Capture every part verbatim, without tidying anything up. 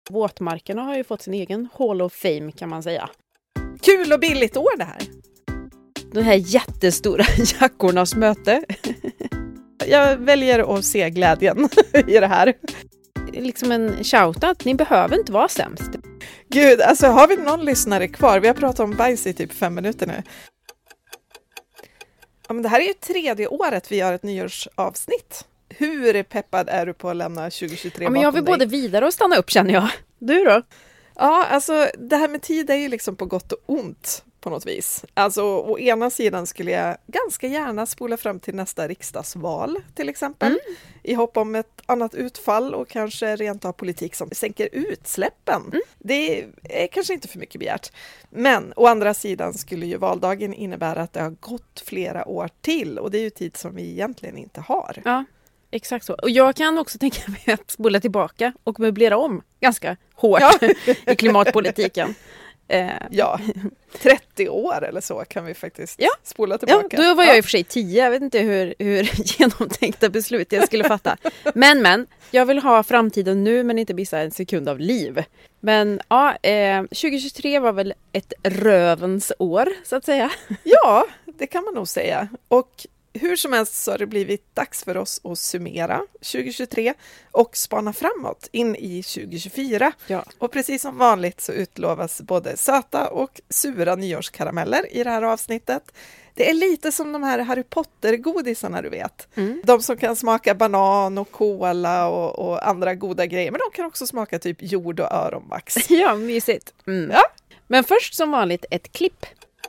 Våtmarkerna har ju fått sin egen Hall of Fame kan man säga. Kul och billigt år det här. De här jättestora jackornas möte. Jag väljer att se glädjen i det här. Liksom en shoutout, ni behöver inte vara sämst. Gud, alltså har vi någon lyssnare kvar? Vi har pratat om bajs i typ fem minuter nu. Ja, men det här är ju tredje året vi gör ett nyårsavsnitt. Hur peppad är du på att lämna tjugohundratjugotre ja, men jag vill bakom både dig? vidare och stanna upp känner jag. Du då? Ja, alltså det här med tid är ju liksom på gott och ont på något vis. Alltså å ena sidan skulle jag ganska gärna spola fram till nästa riksdagsval till exempel. Mm. I hopp om ett annat utfall och kanske rent av politik som sänker utsläppen. Mm. Det är kanske inte för mycket begärt. Men å andra sidan skulle ju valdagen innebära att det har gått flera år till. Och det är ju tid som vi egentligen inte har. Ja. Exakt så. Och jag kan också tänka mig att spola tillbaka och möblera om ganska hårt ja. i klimatpolitiken. Eh. Ja, trettio år eller så kan vi faktiskt ja. spola tillbaka. Ja, då var jag ja. i och för sig tio. Jag vet inte hur, hur genomtänkta beslut jag skulle fatta. Men, men, jag vill ha framtiden nu men inte missa en sekund av liv. Men ja, eh, tjugohundratjugotre var väl ett rövens år så att säga. Ja, det kan man nog säga. Och hur som helst så har det blivit dags för oss att summera tjugohundratjugotre och spana framåt in i tjugohundratjugofyra. Ja. Och precis som vanligt så utlovas både söta och sura nyårskarameller i det här avsnittet. Det är lite som de här Harry Potter-godisarna du vet. Mm. De som kan smaka banan och kola och, och andra goda grejer. Men de kan också smaka typ jord och öronvax. Ja, mysigt. Mm. Ja. Men först som vanligt ett klipp.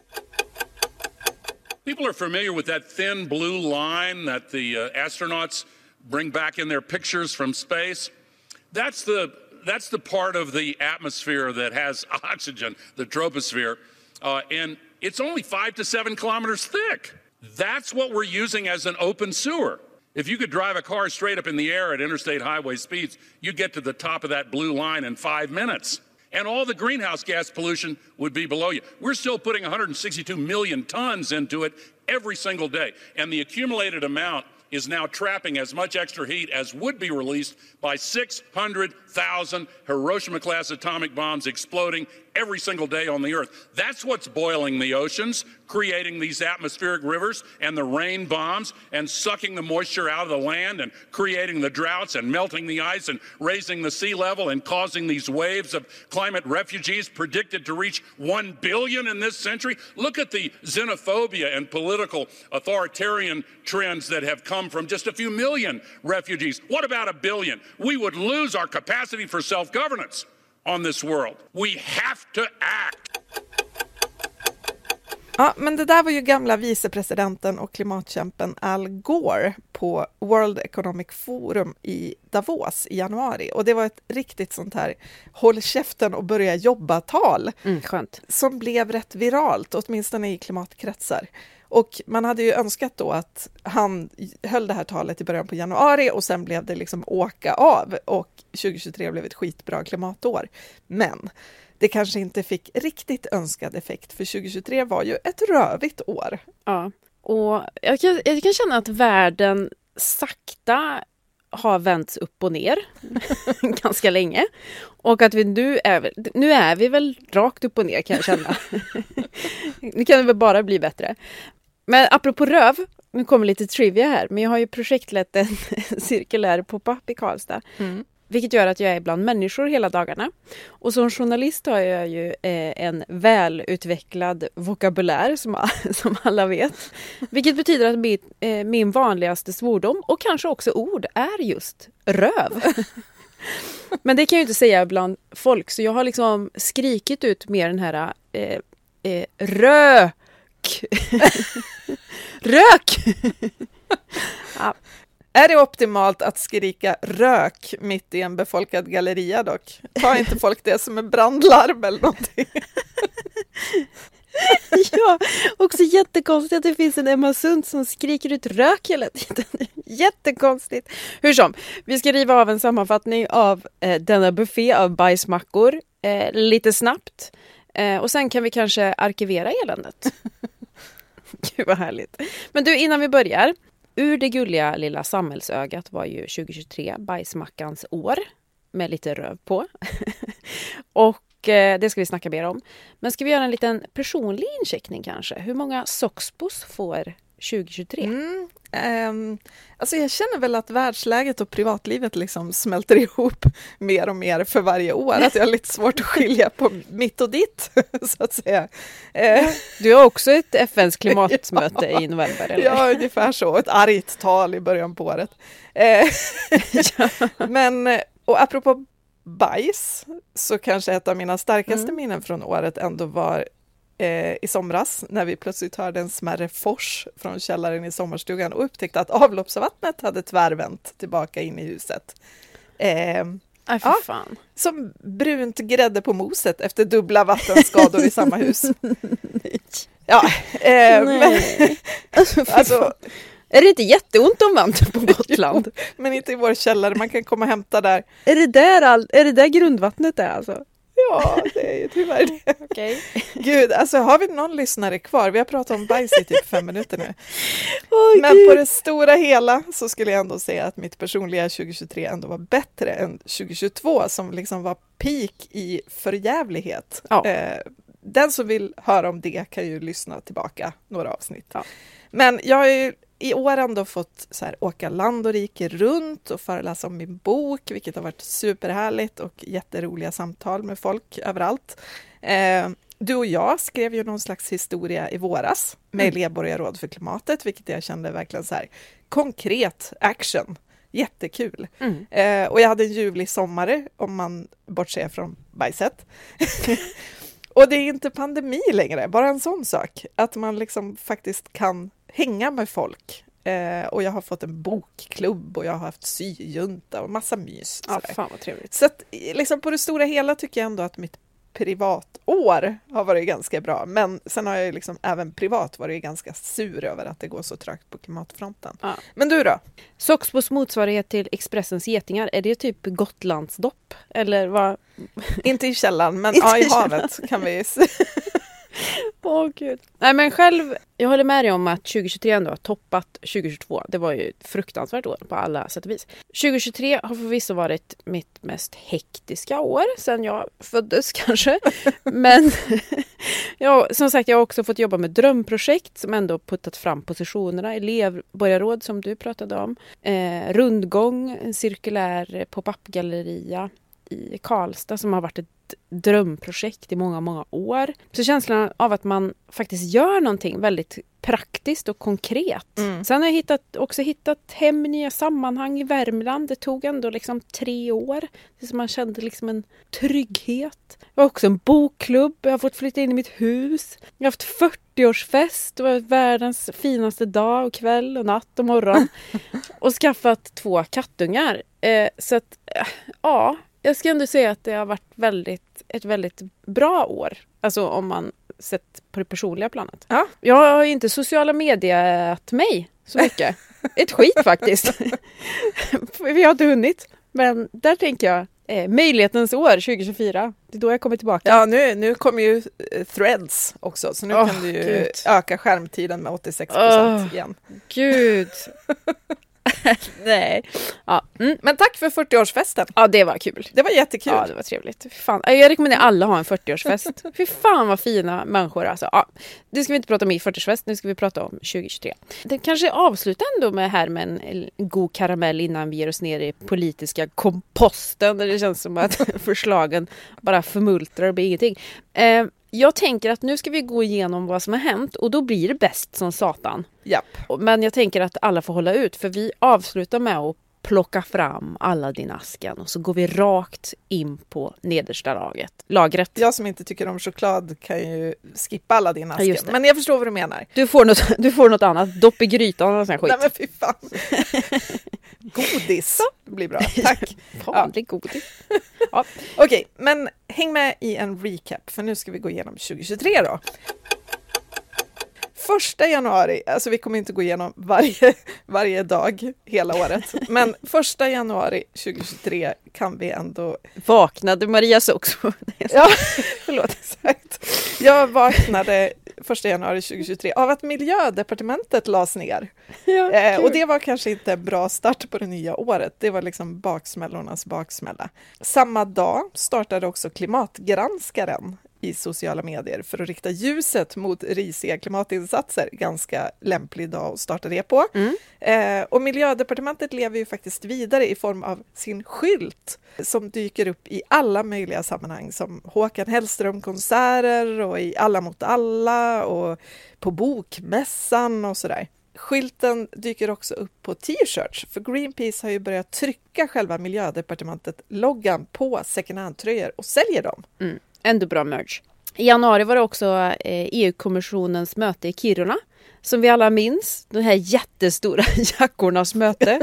People are familiar with that thin blue line that the uh, astronauts bring back in their pictures from space. That's the that's the part of the atmosphere that has oxygen, the troposphere, uh, and it's only five to seven kilometers thick. That's what we're using as an open sewer. If you could drive a car straight up in the air at interstate highway speeds, you'd get to the top of that blue line in five minutes. And all the greenhouse gas pollution would be below you. We're still putting one hundred sixty-two million tons into it every single day. And the accumulated amount is now trapping as much extra heat as would be released by six hundred thousand Hiroshima-class atomic bombs exploding every single day on the Earth. That's what's boiling the oceans, creating these atmospheric rivers and the rain bombs and sucking the moisture out of the land and creating the droughts and melting the ice and raising the sea level and causing these waves of climate refugees predicted to reach one billion in this century. Look at the xenophobia and political authoritarian trends that have come from just a few million refugees. What about a billion? We would lose our capacity for self-governance on this world. We have to act. Ja, men det där var ju gamla vicepresidenten och klimatkämpen Al Gore på World Economic Forum i Davos i januari. Och det var ett riktigt sånt här håll käften och börja jobba-tal. Mm, skönt. Som blev rätt viralt, åtminstone i klimatkretsar. Och man hade ju önskat då att han höll det här talet i början på januari och sen blev det liksom åka av och tjugohundratjugotre blev ett skitbra klimatår. Men det kanske inte fick riktigt önskad effekt för tjugohundratjugotre var ju ett rövigt år. Ja, och jag kan, jag kan känna att världen sakta har vänts upp och ner ganska länge. Och att vi nu är, nu är vi väl rakt upp och ner kan jag känna. Nu kan det väl bara bli bättre. Men apropå röv, nu kommer lite trivia här. Men jag har ju projektlett en cirkulär pop-up i Karlstad. Mm. Vilket gör att jag är bland människor hela dagarna. Och som journalist har jag ju eh, en välutvecklad vokabulär som, som alla vet. Vilket betyder att min, eh, min vanligaste svordom och kanske också ord är just röv. Men det kan jag ju inte säga bland folk. Så jag har liksom skrikit ut mer den här eh, eh, rök. Rök! Ja. Är det optimalt att skrika rök mitt i en befolkad galleria dock? Tar inte folk det som en brandlarm eller någonting? Ja, också jättekonstigt att det finns en Emma Sund som skriker ut rök hela tiden. Jättekonstigt. Hur som, vi ska riva av en sammanfattning av eh, denna buffé av bajsmackor eh, lite snabbt. Eh, och sen kan vi kanske arkivera eländet. Gud vad härligt. Men du, innan vi börjar. Ur det gulliga lilla samhällsögat var ju tjugohundratjugotre bajsmackans år. med lite röv på. Och eh, det ska vi snacka mer om. Men ska vi göra en liten personlig incheckning kanske? Hur många Soxpos får tjugohundratjugotre? Mm, um, alltså jag känner väl att världsläget och privatlivet liksom smälter ihop mer och mer för varje år. Att jag har lite svårt att skilja på mitt och ditt, så att säga. Uh, du har också ett F N:s klimatmöte ja, i november, eller? Ja, ungefär så. Ett argt tal i början på året. Uh, ja. Men, och apropå bajs, så kanske ett av mina starkaste mm. minnen från året ändå var i somras när vi plötsligt hörde en smärre fors från källaren i sommarstugan och upptäckte att avloppsvattnet hade tvärvänt tillbaka in i huset. Eh, Aj, för ja, fan. Som brunt grädde på moset efter dubbla vattenskador i samma hus. Nej. Ja, eh, men, alltså, alltså, är det inte jätteont om vatten på Gotland? Jo, men inte i vår källare, man kan komma och hämta där. Är det där, all, är det där grundvattnet är alltså? Ja, det är ju tyvärr det. Okay. Gud, alltså har vi någon lyssnare kvar? Vi har pratat om bajs i typ fem minuter nu. Oh, Men Gud. på det stora hela så skulle jag ändå säga att mitt personliga tjugohundratjugotre ändå var bättre än tjugohundratjugotvå som liksom var peak i förjävlighet. Ja. Eh, den som vill höra om det kan ju lyssna tillbaka några avsnitt. Ja. Men jag har ju i år ändå fått så här, åka land och rike runt och föreläsa om min bok, vilket har varit superhärligt och jätteroliga samtal med folk överallt. Eh, du och jag skrev ju någon slags historia i våras med mm. elevborgarråd för klimatet, vilket jag kände verkligen så här konkret action. Jättekul. Mm. Eh, och jag hade en ljuvlig sommare om man bortser från bajset. Och det är inte pandemi längre, bara en sån sak. Att man liksom faktiskt kan hänga med folk. Eh, och jag har fått en bokklubb och jag har haft syjunta och massa mys. Ja, fan vad trevligt. Så att, liksom på det stora hela tycker jag ändå att mitt privatår har varit ganska bra. Men sen har jag liksom även privat varit ganska sur över att det går så trögt på klimatfronten. Ja. Men du då? Soxpos motsvarighet till Expressens getingar, är det typ Gotlandsdopp? Eller vad? Inte i källan, men ja, i havet kan vi se. Åh oh, gud. Nej men själv, jag håller med dig om att tjugohundratjugotre ändå har toppat tjugohundratjugotvå. Det var ju ett fruktansvärt år på alla sätt och vis. tjugohundratjugotre har förvisso varit mitt mest hektiska år sedan jag föddes kanske. Men ja, som sagt, jag har också fått jobba med drömprojekt som ändå puttat fram positionerna. Elevborgarråd som du pratade om. Eh, rundgång, en cirkulär pop-up-galleria i Karlstad som har varit ett drömprojekt i många, många år. Så känslan av att man faktiskt gör någonting väldigt praktiskt och konkret. Mm. Sen har jag hittat, också hittat hem nya sammanhang i Värmland. Det tog ändå liksom tre år. Det som man kände liksom en trygghet. Jag har också en bokklubb. Jag har fått flytta in i mitt hus. Jag har haft fyrtioårsfest. Det var världens finaste dag och kväll och natt och morgon. Och skaffat två kattungar. Eh, så att, eh, ja... Jag ska ändå säga att det har varit väldigt, ett väldigt bra år. Alltså om man sett på det personliga planet. Ja. Jag har inte sociala mediet mig så mycket. Ett skit faktiskt. Vi har inte hunnit. Men där tänker jag, eh, möjlighetens år tjugohundratjugofyra. Det är då jag kommer tillbaka. Ja, nu, nu kommer ju Threads också. Så nu oh, kan du ju Gud. öka skärmtiden med åttiosex procent oh, igen. Gud. Nej. Ja. Mm. Men tack för fyrtioårsfesten. Ja, det var kul. Det var jättekul. Ja, det var trevligt. Fy fan. Jag rekommenderar alla att ha en fyrtioårsfest. Fy fan vad fina människor alltså. Ja, det ska vi inte prata om i fyrtioårsfest. Nu ska vi prata om tjugohundratjugotre. Det kanske avslutar ändå med här med en, en god karamell innan vi ger oss ner i politiska komposten där det känns som att förslagen bara förmultrar och blir ingenting. Eh, Jag tänker att nu ska vi gå igenom vad som har hänt och då blir det bäst som satan. Japp. Men jag tänker att alla får hålla ut för vi avslutar med att plocka fram Aladdin-asken och så går vi rakt in på nedersta laget, lagret. Jag som inte tycker om choklad kan ju skippa Aladdin-asken, ja, men jag förstår vad du menar. Du får något, du får något annat, dopp i grytan och sån skit. Nej men fy fan. Godis blir bra, tack. Vanlig ja. godis. Ja. Okej, okay, men häng med i en recap för nu ska vi gå igenom tjugohundratjugotre då. Första januari, alltså vi kommer inte gå igenom varje, varje dag hela året, men första januari tjugohundratjugotre kan vi ändå... Vaknade Maria Soxpo? Ja, förlåt, exakt. Jag vaknade första januari tjugohundratjugotre av att miljödepartementet lades ner. Ja, eh, och det var kanske inte en bra start på det nya året. Det var liksom baksmällornas baksmälla. Samma dag startade också Klimatgranskaren i sociala medier för att rikta ljuset mot risiga klimatinsatser. Ganska lämplig dag att starta det på. Mm. Eh, och miljödepartementet lever ju faktiskt vidare i form av sin skylt som dyker upp i alla möjliga sammanhang, som Håkan Hellström-konserter och i Alla mot alla och på bokmässan och sådär. Skylten dyker också upp på t-shirts, för Greenpeace har ju börjat trycka själva miljödepartementet-loggan på second hand-tröjor och säljer dem. Mm. Ändå bra merch. I januari var det också E U-kommissionens möte i Kiruna. Som vi alla minns, den här jättestora jackornas möte.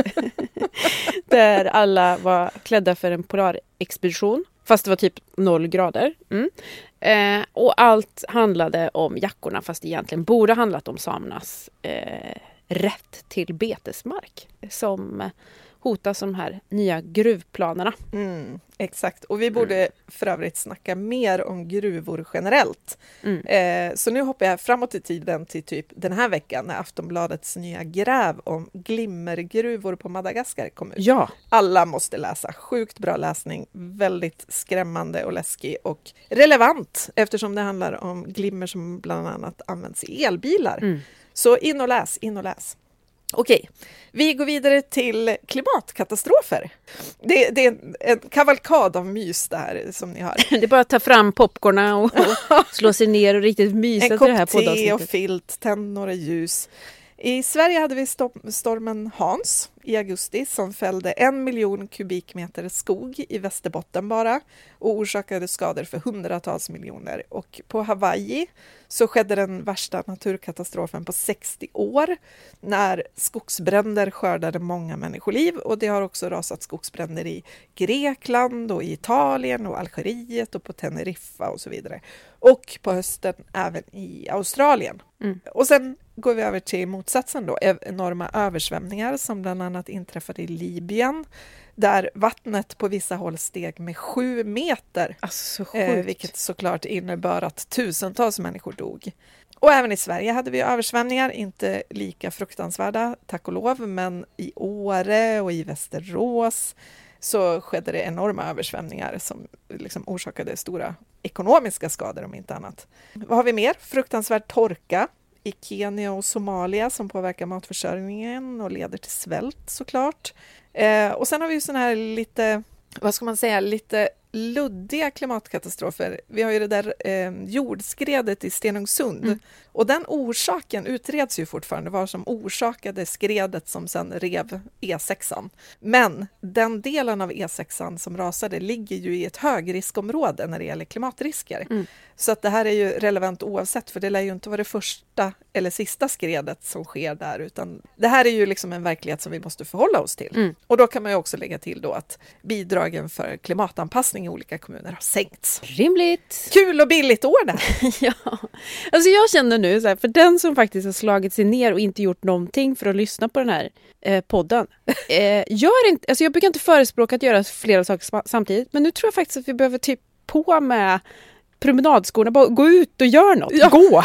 Där alla var klädda för en polarexpedition. Fast det var typ noll grader. Mm. Eh, och allt handlade om jackorna, fast det egentligen borde handlat om samernas eh, rätt till betesmark. Som hotas av de här nya gruvplanerna. Mm, exakt, och vi borde mm. för övrigt snacka mer om gruvor generellt. Mm. Eh, så nu hoppar jag framåt i tiden till typ den här veckan när Aftonbladets nya gräv om glimmergruvor på Madagaskar kom ut. Ja. Alla måste läsa, sjukt bra läsning, väldigt skrämmande och läskig och relevant eftersom det handlar om glimmer som bland annat används i elbilar. Mm. Så in och läs, in och läs. Okej, vi går vidare till klimatkatastrofer. Det, det är en, en kavalkad av mys det här som ni har. Det är bara att ta fram popcorna och, och slå sig ner och riktigt mysa en till det här poddavsnittet. En poddavsnittet. kopp te och filt, tänd några ljus. I Sverige hade vi sto- stormen Hans i augusti som fällde en miljon kubikmeter skog i Västerbotten bara och orsakade skador för hundratals miljoner. Och på Hawaii så skedde den värsta naturkatastrofen på sextio år när skogsbränder skördade många människoliv, och det har också rasat skogsbränder i Grekland och i Italien och Algeriet och på Teneriffa och så vidare. Och på hösten även i Australien. Mm. Och sen går vi över till motsatsen då, enorma översvämningar som bland annat inträffade i Libyen där vattnet på vissa håll steg med sju meter. Alltså, så eh, vilket såklart innebär att tusentals människor dog. Och även i Sverige hade vi översvämningar, inte lika fruktansvärda, tack och lov, men i Åre och i Västerås så skedde det enorma översvämningar som liksom orsakade stora ekonomiska skador om inte annat. Vad har vi mer? Fruktansvärd torka i Kenya och Somalia som påverkar matförsörjningen och leder till svält såklart. Eh, och sen har vi ju såna här lite, vad ska man säga, lite luddiga klimatkatastrofer. Vi har ju det där eh, jordskredet i Stenungsund. Mm. Och den orsaken utreds ju fortfarande, vad som orsakade skredet som sen rev E sexan. Men den delen av E sexan som rasade ligger ju i ett högriskområde när det gäller klimatrisker. Mm. Så att det här är ju relevant oavsett, för det lär ju inte vara det första eller sista skredet som sker där, utan det här är ju liksom en verklighet som vi måste förhålla oss till. Mm. Och då kan man ju också lägga till då att bidragen för klimatanpassning i olika kommuner har sänkts. Rimligt! Kul och billigt år där! Ja, alltså jag känner nu så här, för den som faktiskt har slagit sig ner och inte gjort någonting för att lyssna på den här eh, podden. Eh, gör inte, alltså jag brukar inte förespråka att göra flera saker samtidigt, men nu tror jag faktiskt att vi behöver typ på med promenadskorna, bara gå ut och gör något. Ja. Gå!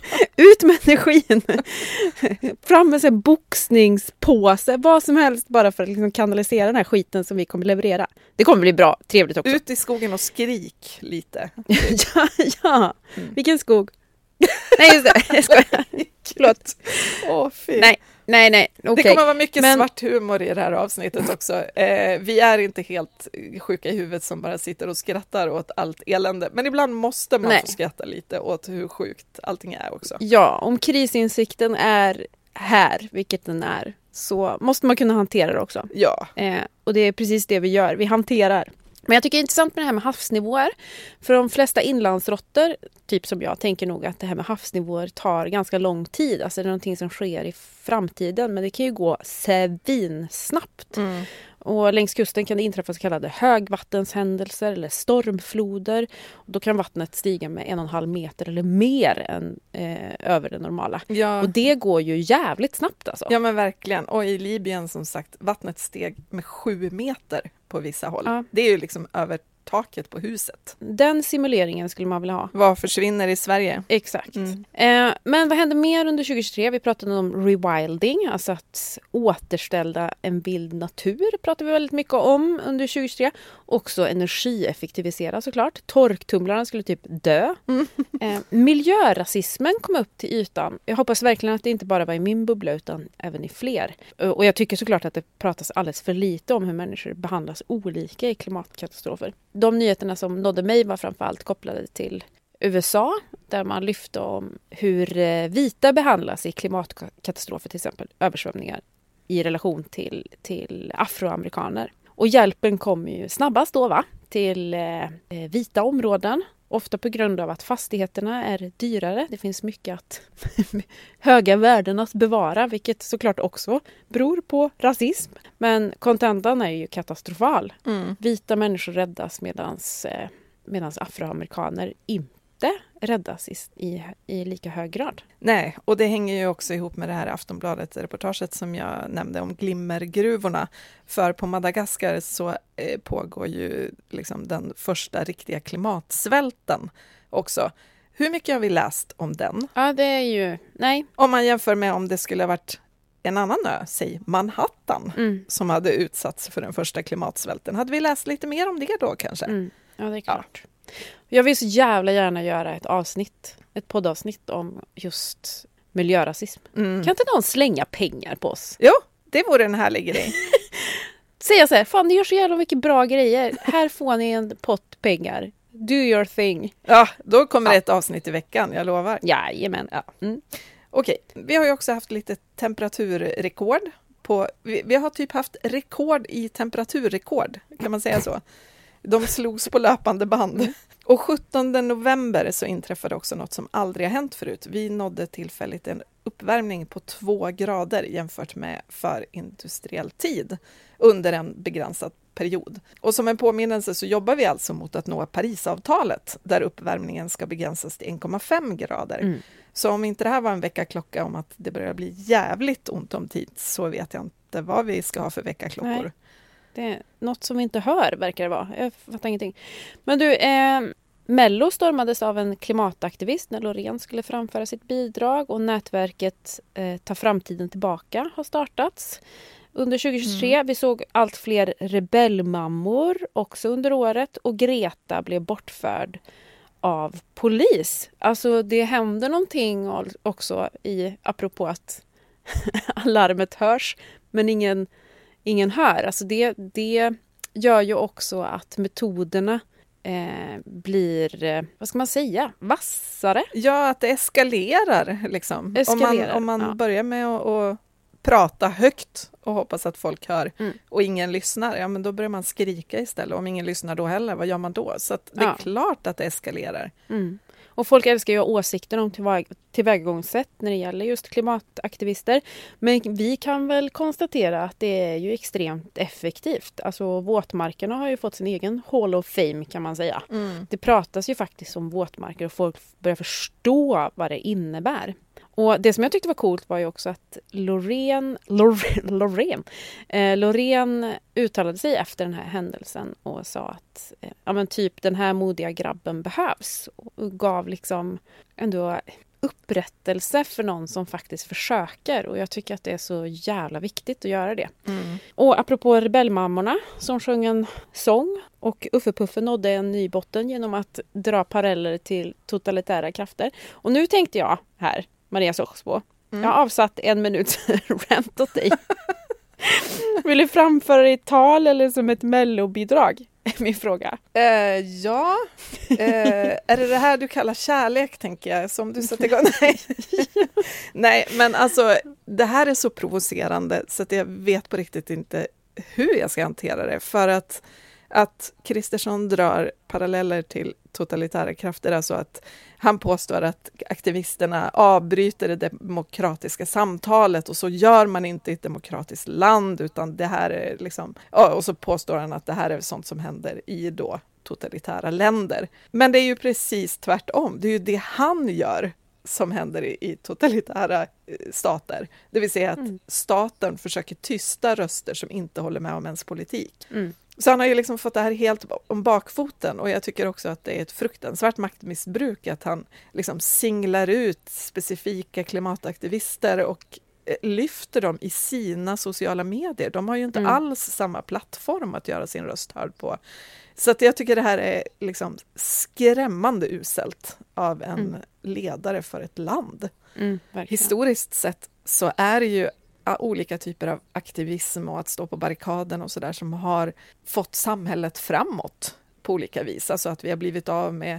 Ut med energin. Fram med en boxningspåse, vad som helst bara för att liksom kanalisera den här skiten som vi kommer leverera. Det kommer bli bra, trevligt också. Ut i skogen och skrik lite. ja, ja. Mm. Vilken skog? Nej, just det. Jag skojar. Förlåt. Åh, fy. Nej. Nej, nej. Okay. Det kommer vara mycket Men... svart humor i det här avsnittet också. Eh, vi är inte helt sjuka i huvudet som bara sitter och skrattar åt allt elände. Men ibland måste man nej. få skratta lite åt hur sjukt allting är också. Ja, om krisinsikten är här, vilket den är, så måste man kunna hantera det också. Ja. Eh, och det är precis det vi gör. Vi hanterar. Men jag tycker det är intressant med det här med havsnivåer. För de flesta inlandsrotter, typ som jag, tänker nog att det här med havsnivåer tar ganska lång tid. Alltså det är någonting som sker i framtiden. Men det kan ju gå svinsnabbt. Mm. Och längs kusten kan det inträffa så kallade högvattenshändelser eller stormfloder. Och då kan vattnet stiga med en och en halv meter eller mer än eh, över det normala. Ja. Och det går ju jävligt snabbt alltså. Ja men verkligen. Och i Libyen som sagt, vattnet steg med sju meter på vissa håll. Ja. Det är ju liksom över taket på huset. Den simuleringen skulle man vilja ha. Vad försvinner i Sverige? Exakt. Mm. Eh, men vad hände mer under tjugohundratjugotre? Vi pratade om rewilding, alltså att återställa en vild natur pratade vi väldigt mycket om under tjugohundratjugotre. Också energieffektivisera såklart. Torktumlarna skulle typ dö. Mm. Eh, miljörasismen kom upp till ytan. Jag hoppas verkligen att det inte bara var i min bubbla utan även i fler. Och jag tycker såklart att det pratas alldeles för lite om hur människor behandlas olika i klimatkatastrofer. De nyheterna som nådde mig var framförallt kopplade till U S A där man lyfte om hur vita behandlas i klimatkatastrofer, till exempel översvämningar i relation till, till afroamerikaner. Och hjälpen kommer ju snabbast då va? Till eh, vita områden. Ofta på grund av att fastigheterna är dyrare. Det finns mycket att höga värden att bevara, vilket såklart också beror på rasism. Men kontentan är ju katastrofal. Mm. Vita människor räddas medans, eh, medans afroamerikaner inte räddas i, i, i lika hög grad. Nej, och det hänger ju också ihop med det här Aftonbladet-reportaget som jag nämnde om glimmergruvorna. För på Madagaskar så eh, pågår ju liksom den första riktiga klimatsvälten också. Hur mycket har vi läst om den? Ja, det är ju... Nej. Om man jämför med om det skulle ha varit en annan ö, säg Manhattan, mm. som hade utsatts för den första klimatsvälten. Hade vi läst lite mer om det då kanske? Mm. Ja, det är klart. Ja. Jag vill så jävla gärna göra ett avsnitt, ett poddavsnitt om just miljörasism. Mm. Kan inte någon slänga pengar på oss? Jo, det vore en härlig grej. Säga så här, fan ni gör så jävla mycket bra grejer. Här får ni en pott pengar. Do your thing. Ja, då kommer ja. det ett avsnitt i veckan, jag lovar. Jajamän. Ja. Mm. Okej, vi har ju också haft lite temperaturrekord. På, vi, vi har typ haft rekord i temperaturrekord, kan man säga så. De slogs på löpande band. Och sjuttonde november så inträffade också något som aldrig har hänt förut. Vi nådde tillfälligt en uppvärmning på två grader jämfört med förindustriell tid under en begränsad period. Och som en påminnelse så jobbar vi alltså mot att nå Parisavtalet där uppvärmningen ska begränsas till en komma fem grader. Mm. Så om inte det här var en veckaklocka om att det börjar bli jävligt ont om tid så vet jag inte vad vi ska ha för veckaklockor. Nej. Det är något som vi inte hör, verkar det vara. Jag fattar ingenting. Men du, eh, Mello stormades av en klimataktivist när Loreen skulle framföra sitt bidrag. Och nätverket eh, Ta framtiden tillbaka har startats under tjugohundratjugotre. Mm. Vi såg allt fler rebellmammor också under året. Och Greta blev bortförd av polis. Alltså det händer någonting också i, apropå att alarmet hörs. Men ingen... Ingen hör. Alltså det, det gör ju också att metoderna eh, blir, eh, vad ska man säga, vassare. Ja, att det eskalerar. Liksom. Eskalerar, om man, om man ja. börjar med att, att prata högt och hoppas att folk hör mm. och ingen lyssnar, ja men då börjar man skrika istället. Om ingen lyssnar då heller, vad gör man då? Så att det är ja. klart att det eskalerar. Mm. Och folk älskar ju åsikter om tillvägagångssätt när det gäller just klimataktivister. Men vi kan väl konstatera att det är ju extremt effektivt. Alltså våtmarkerna har ju fått sin egen Hall of Fame kan man säga. Mm. Det pratas ju faktiskt om våtmarker och folk börjar förstå vad det innebär. Och det som jag tyckte var coolt var ju också att Loreen, Loreen, Loreen, eh, Loreen uttalade sig efter den här händelsen och sa att eh, ja, men typ den här modiga grabben behövs och gav liksom ändå upprättelse för någon som faktiskt försöker och jag tycker att det är så jävla viktigt att göra det. Mm. Och apropå rebellmammorna som sjöng en sång och Uffe Puffe nådde en ny botten genom att dra paralleller till totalitära krafter. Och nu tänkte jag här Maria Soxbo. Mm. Jag har avsatt en minut rant åt dig. Vill du framföra det i tal eller som ett mellobidrag? Är min fråga. Uh, ja. Uh, är det det här du kallar kärlek, tänker jag? Som du sätter igång? Nej. Nej, men alltså det här är så provocerande så att jag vet på riktigt inte hur jag ska hantera det. För att att Kristersson drar paralleller till totalitära krafter, alltså att han påstår att aktivisterna avbryter det demokratiska samtalet och så gör man inte i ett demokratiskt land utan det här är liksom, och så påstår han att det här är sånt som händer i då totalitära länder. Men det är ju precis tvärtom, det är ju det han gör som händer i, i totalitära stater. Det vill säga att mm. staten försöker tysta röster som inte håller med om ens politik. Mm. Så han har ju liksom fått det här helt om bakfoten, och jag tycker också att det är ett fruktansvärt maktmissbruk att han liksom singlar ut specifika klimataktivister och lyfter dem i sina sociala medier. De har ju inte mm. alls samma plattform att göra sin röst hörd på. Så att jag tycker det här är liksom skrämmande uselt av en mm. ledare för ett land. Mm, Historiskt sett så är det ju olika typer av aktivism och att stå på barrikaden och sådär som har fått samhället framåt på olika vis. Alltså att vi har blivit av med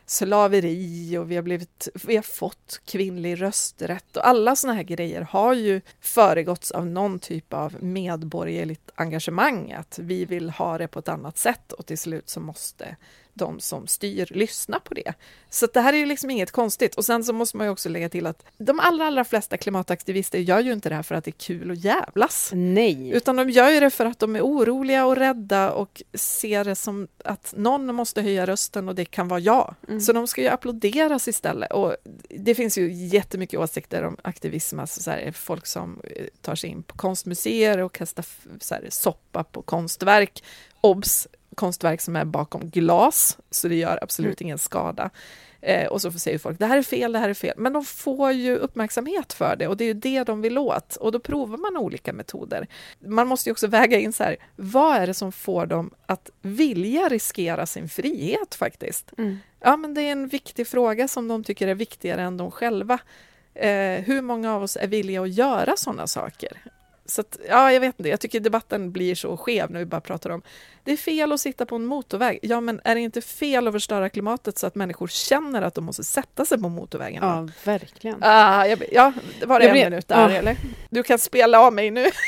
slaveri och vi har, blivit, vi har fått kvinnlig rösträtt och alla såna här grejer har ju föregåtts av någon typ av medborgerligt engagemang, att vi vill ha det på ett annat sätt och till slut så måste de som styr lyssna på det. Så det här är ju liksom inget konstigt. Och sen så måste man ju också lägga till att de allra, allra flesta klimataktivister gör ju inte det här för att det är kul och jävlas. Nej. Utan de gör ju det för att de är oroliga och rädda och ser det som att någon måste höja rösten och det kan vara jag. Mm. Så de ska ju applåderas istället. Och det finns ju jättemycket åsikter om aktivism. Alltså så här, folk som tar sig in på konstmuseer och kastar så här, soppa på konstverk. Obs! Konstverk som är bakom glas, så det gör absolut mm. ingen skada. Eh, och så får säga folk, det här är fel, det här är fel. Men de får ju uppmärksamhet för det och det är ju det de vill åt. Och då provar man olika metoder. Man måste ju också väga in så här, vad är det som får dem att vilja riskera sin frihet faktiskt? Mm. Ja, men det är en viktig fråga som de tycker är viktigare än de själva. Eh, hur många av oss är villiga att göra sådana saker? Så att, ja, jag vet inte. Jag tycker debatten blir så skev när vi bara pratar om det är fel att sitta på en motorväg. Ja, men är det inte fel att förstöra klimatet så att människor känner att de måste sätta sig på motorvägen? Ja, verkligen. Ah, jag, ja, det var det jag en minut där, ja. eller? Du kan spela av mig nu.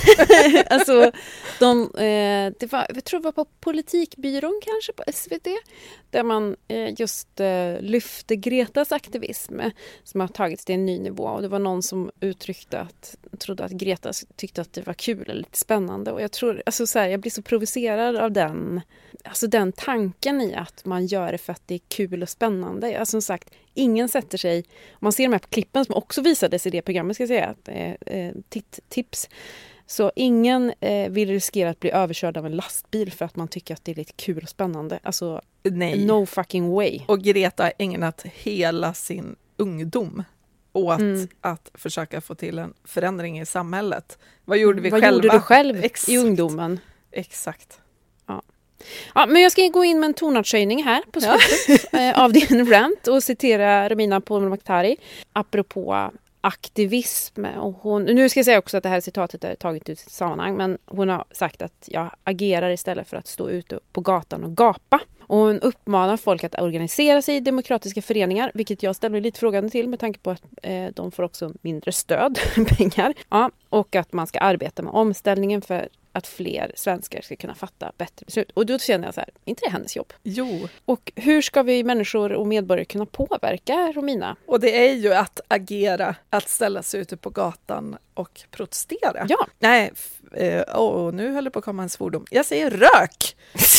Alltså, de, eh, det var, jag tror det var på Politikbyrån kanske på S V T, där man eh, just eh, lyfte Gretas aktivism eh, som har tagits till en ny nivå. Och det var någon som uttryckte att, trodde att Greta tyckte att det var kul eller lite spännande. Och jag tror, alltså så här, jag blir så provocerad av den, alltså den tanken i att man gör det för att det är kul och spännande. Alltså som sagt, ingen sätter sig, om man ser de här klippen som också visades i det programmet, ska jag säga, att, eh, titt, tips, så ingen eh, vill riskera att bli överkörd av en lastbil för att man tycker att det är lite kul och spännande. Alltså, nej. No fucking way. Och Greta har ägnat hela sin ungdom åt mm. att försöka få till en förändring i samhället. Vad gjorde vi Vad själva? Vad gjorde du själv Exakt. i ungdomen? Exakt. Ja. Ja, men jag ska gå in med en tonartshöjning här på slutet ja. av din rant och citera Romina Pourmokhtari apropå aktivism. Och hon, nu ska jag säga också att det här citatet är taget ut i sitt sammanhang, men hon har sagt att jag agerar istället för att stå ute på gatan och gapa. Och hon uppmanar folk att organisera sig i demokratiska föreningar, vilket jag ställer mig lite frågande till med tanke på att eh, de får också mindre stöd, pengar. Ja, och att man ska arbeta med omställningen för att fler svenskar ska kunna fatta bättre beslut. Och då känner jag så här, inte det är hennes jobb? Jo. Och hur ska vi människor och medborgare kunna påverka, Romina? Och det är ju att agera, att ställa sig ute på gatan och protestera. Ja. Nej, f- eh, oh, nu höll det på att komma en svordom. Jag säger rök!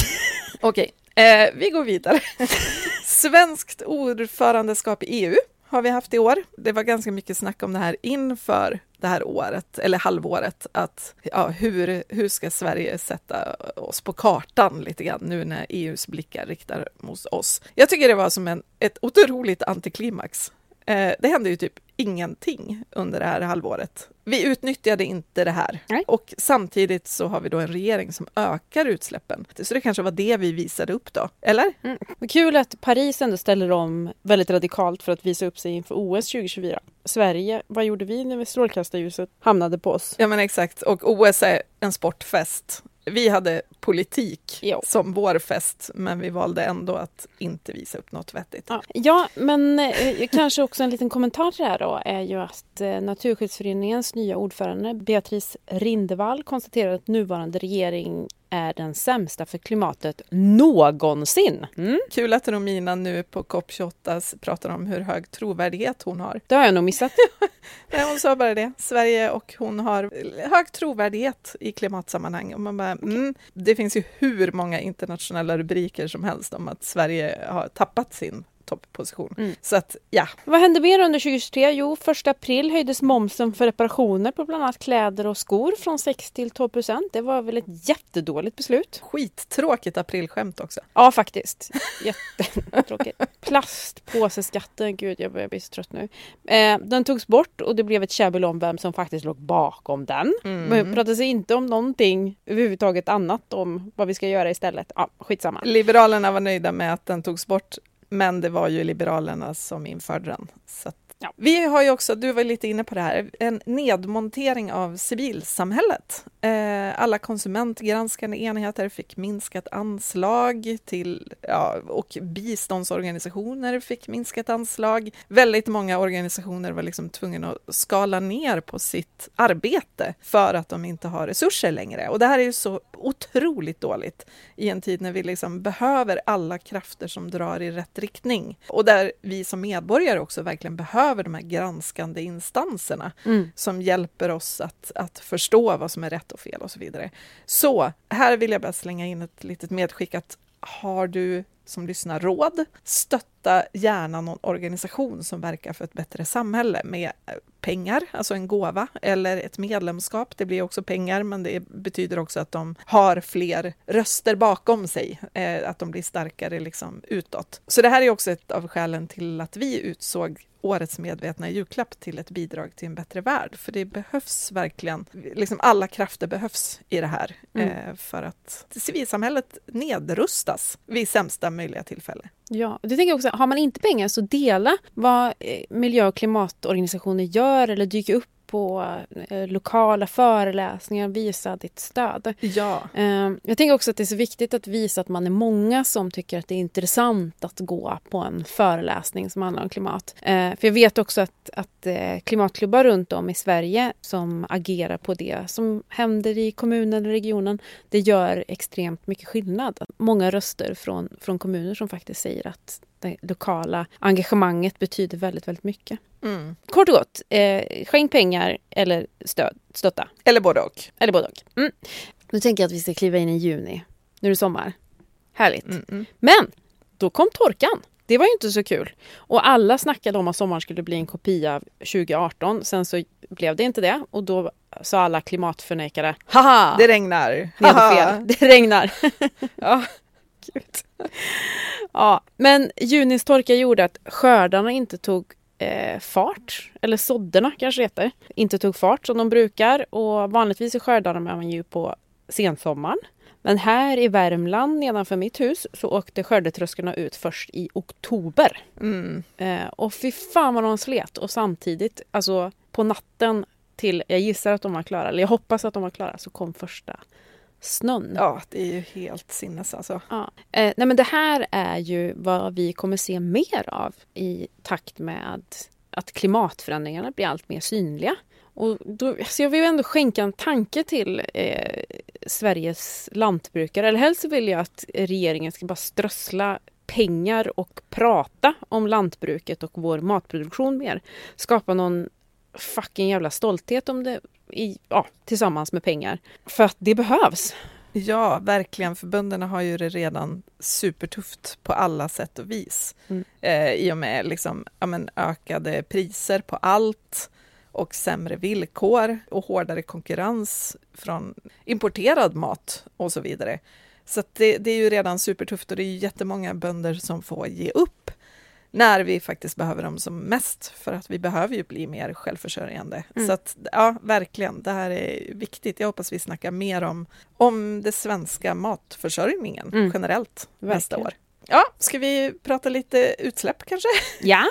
Okej, eh, vi går vidare. Svenskt ordförandeskap i E U har vi haft i år. Det var ganska mycket snack om det här inför det här året, eller halvåret, att ja, hur, hur ska Sverige sätta oss på kartan lite grann nu när E U:s blickar riktar mot oss. Jag tycker det var som en, ett otroligt antiklimax. Eh, det hände ju typ ingenting under det här halvåret. Vi utnyttjade inte det här. Nej. Och samtidigt så har vi då en regering som ökar utsläppen. Så det kanske var det vi visade upp då, eller? Mm. Kul att Paris ändå ställer om väldigt radikalt för att visa upp sig inför O S tjugo tjugofyra. Sverige, vad gjorde vi när strålkastarljuset hamnade på oss? Ja men exakt, och O S är en sportfest. Vi hade politik jo. som vår fest, men vi valde ändå att inte visa upp något vettigt. Ja, ja men eh, kanske också en liten kommentar till det här då är ju att eh, Naturskyddsföreningens nya ordförande Beatrice Rindevall konstaterar att nuvarande regering är den sämsta för klimatet någonsin. Mm. Kul att Romina nu på C O P tjugoåtta pratar om hur hög trovärdighet hon har. Det har jag nog missat. Nej, hon sa bara det. Sverige och hon har hög trovärdighet i klimatsammanhang. Och man bara, mm, det finns ju hur många internationella rubriker som helst om att Sverige har tappat sin toppposition. Mm. Så att, ja. Vad hände mer under tjugohundratjugotre? Jo, första april höjdes momsen för reparationer på bland annat kläder och skor från sex till tolv procent. Det var väl ett jättedåligt beslut. Skittråkigt aprilskämt också. Ja, faktiskt. Jättetråkigt. Plastpåseskatten, gud jag börjar bli så trött nu. Eh, den togs bort och det blev ett käbbel om vem som faktiskt låg bakom den. Mm. Men det pratades inte om någonting överhuvudtaget annat om vad vi ska göra istället. Ja, skitsamma. Liberalerna var nöjda med att den togs bort, men det var ju Liberalerna som införde den. Så att, ja. Vi har ju också, du var lite inne på det här, en nedmontering av civilsamhället. Eh, alla konsumentgranskande enheter fick minskat anslag till, ja, och biståndsorganisationer fick minskat anslag. Väldigt många organisationer var liksom tvungna att skala ner på sitt arbete för att de inte har resurser längre. Och det här är ju så otroligt dåligt i en tid när vi liksom behöver alla krafter som drar i rätt riktning. Och där vi som medborgare också verkligen behöver de här granskande instanserna mm. som hjälper oss att, att förstå vad som är rätt och fel och så vidare. Så här vill jag bara slänga in ett litet medskick att har du som lyssnar råd, stötta gärna någon organisation som verkar för ett bättre samhälle med pengar, alltså en gåva eller ett medlemskap. Det blir också pengar, men det betyder också att de har fler röster bakom sig, eh, att de blir starkare liksom utåt. Så det här är också ett av skälen till att vi utsåg årets medvetna julklapp till ett bidrag till en bättre värld. För det behövs verkligen, liksom alla krafter behövs i det här mm. eh, för att civilsamhället nedrustas vid sämsta möjliga tillfälle. Ja, det tänker jag också, har man inte pengar så dela vad miljö- och klimatorganisationer gör eller dyker upp på eh, lokala föreläsningar, visa ditt stöd. Ja. Eh, jag tänker också att det är så viktigt att visa att man är många som tycker att det är intressant att gå på en föreläsning som handlar om klimat. Eh, för jag vet också att, att eh, klimatklubbar runt om i Sverige som agerar på det som händer i kommunen eller regionen, det gör extremt mycket skillnad. Många röster från, från kommuner som faktiskt säger att det lokala engagemanget betyder väldigt, väldigt mycket. Mm. Kort och gott, eh, skänk pengar eller stöd, stötta. Eller både och. Eller både och. Mm. Nu tänker jag att vi ska kliva in i juni. Nu är det sommar. Härligt. Mm, mm. Men då kom torkan. Det var ju inte så kul. Och alla snackade om att sommaren skulle bli en kopia av tjugo arton. Sen så blev det inte det. Och då sa alla klimatförnekare, haha! Det regnar. Ni hade fel. Det regnar. Ja, gud. Ja, men junis torka gjorde att skördarna inte tog eh, fart, eller sådderna kanske heter, inte tog fart som de brukar, och vanligtvis är skördarna man ju på sensommaren. Men här i Värmland nedanför mitt hus så åkte skördetröskorna ut först i oktober. Mm. Eh, och fy fan vad de slet, och samtidigt, alltså på natten till, jag gissar att de var klara, eller jag hoppas att de var klara, så kom första snön. Ja, det är ju helt sinnes alltså. Ja. Eh, nej men det här är ju vad vi kommer se mer av i takt med att klimatförändringarna blir allt mer synliga. Och då, så jag vill ju ändå skänka en tanke till eh, Sveriges lantbrukare. Eller helst vill jag att regeringen ska bara strössla pengar och prata om lantbruket och vår matproduktion mer. Skapa någon fucking jävla stolthet om det i, ja, tillsammans med pengar. För att det behövs. Ja, verkligen. För bönderna har ju det redan supertufft på alla sätt och vis. Mm. Eh, I och med liksom, ja, men, ökade priser på allt och sämre villkor och hårdare konkurrens från importerad mat och så vidare. Så att det, det är ju redan supertufft, och det är ju jättemånga bönder som får ge upp när vi faktiskt behöver dem som mest, för att vi behöver ju bli mer självförsörjande. Mm. Så att, ja, verkligen, det här är viktigt. Jag hoppas vi snackar mer om, om det svenska matförsörjningen mm. generellt verkligen. Nästa år. Ja, ska vi prata lite utsläpp kanske? Ja.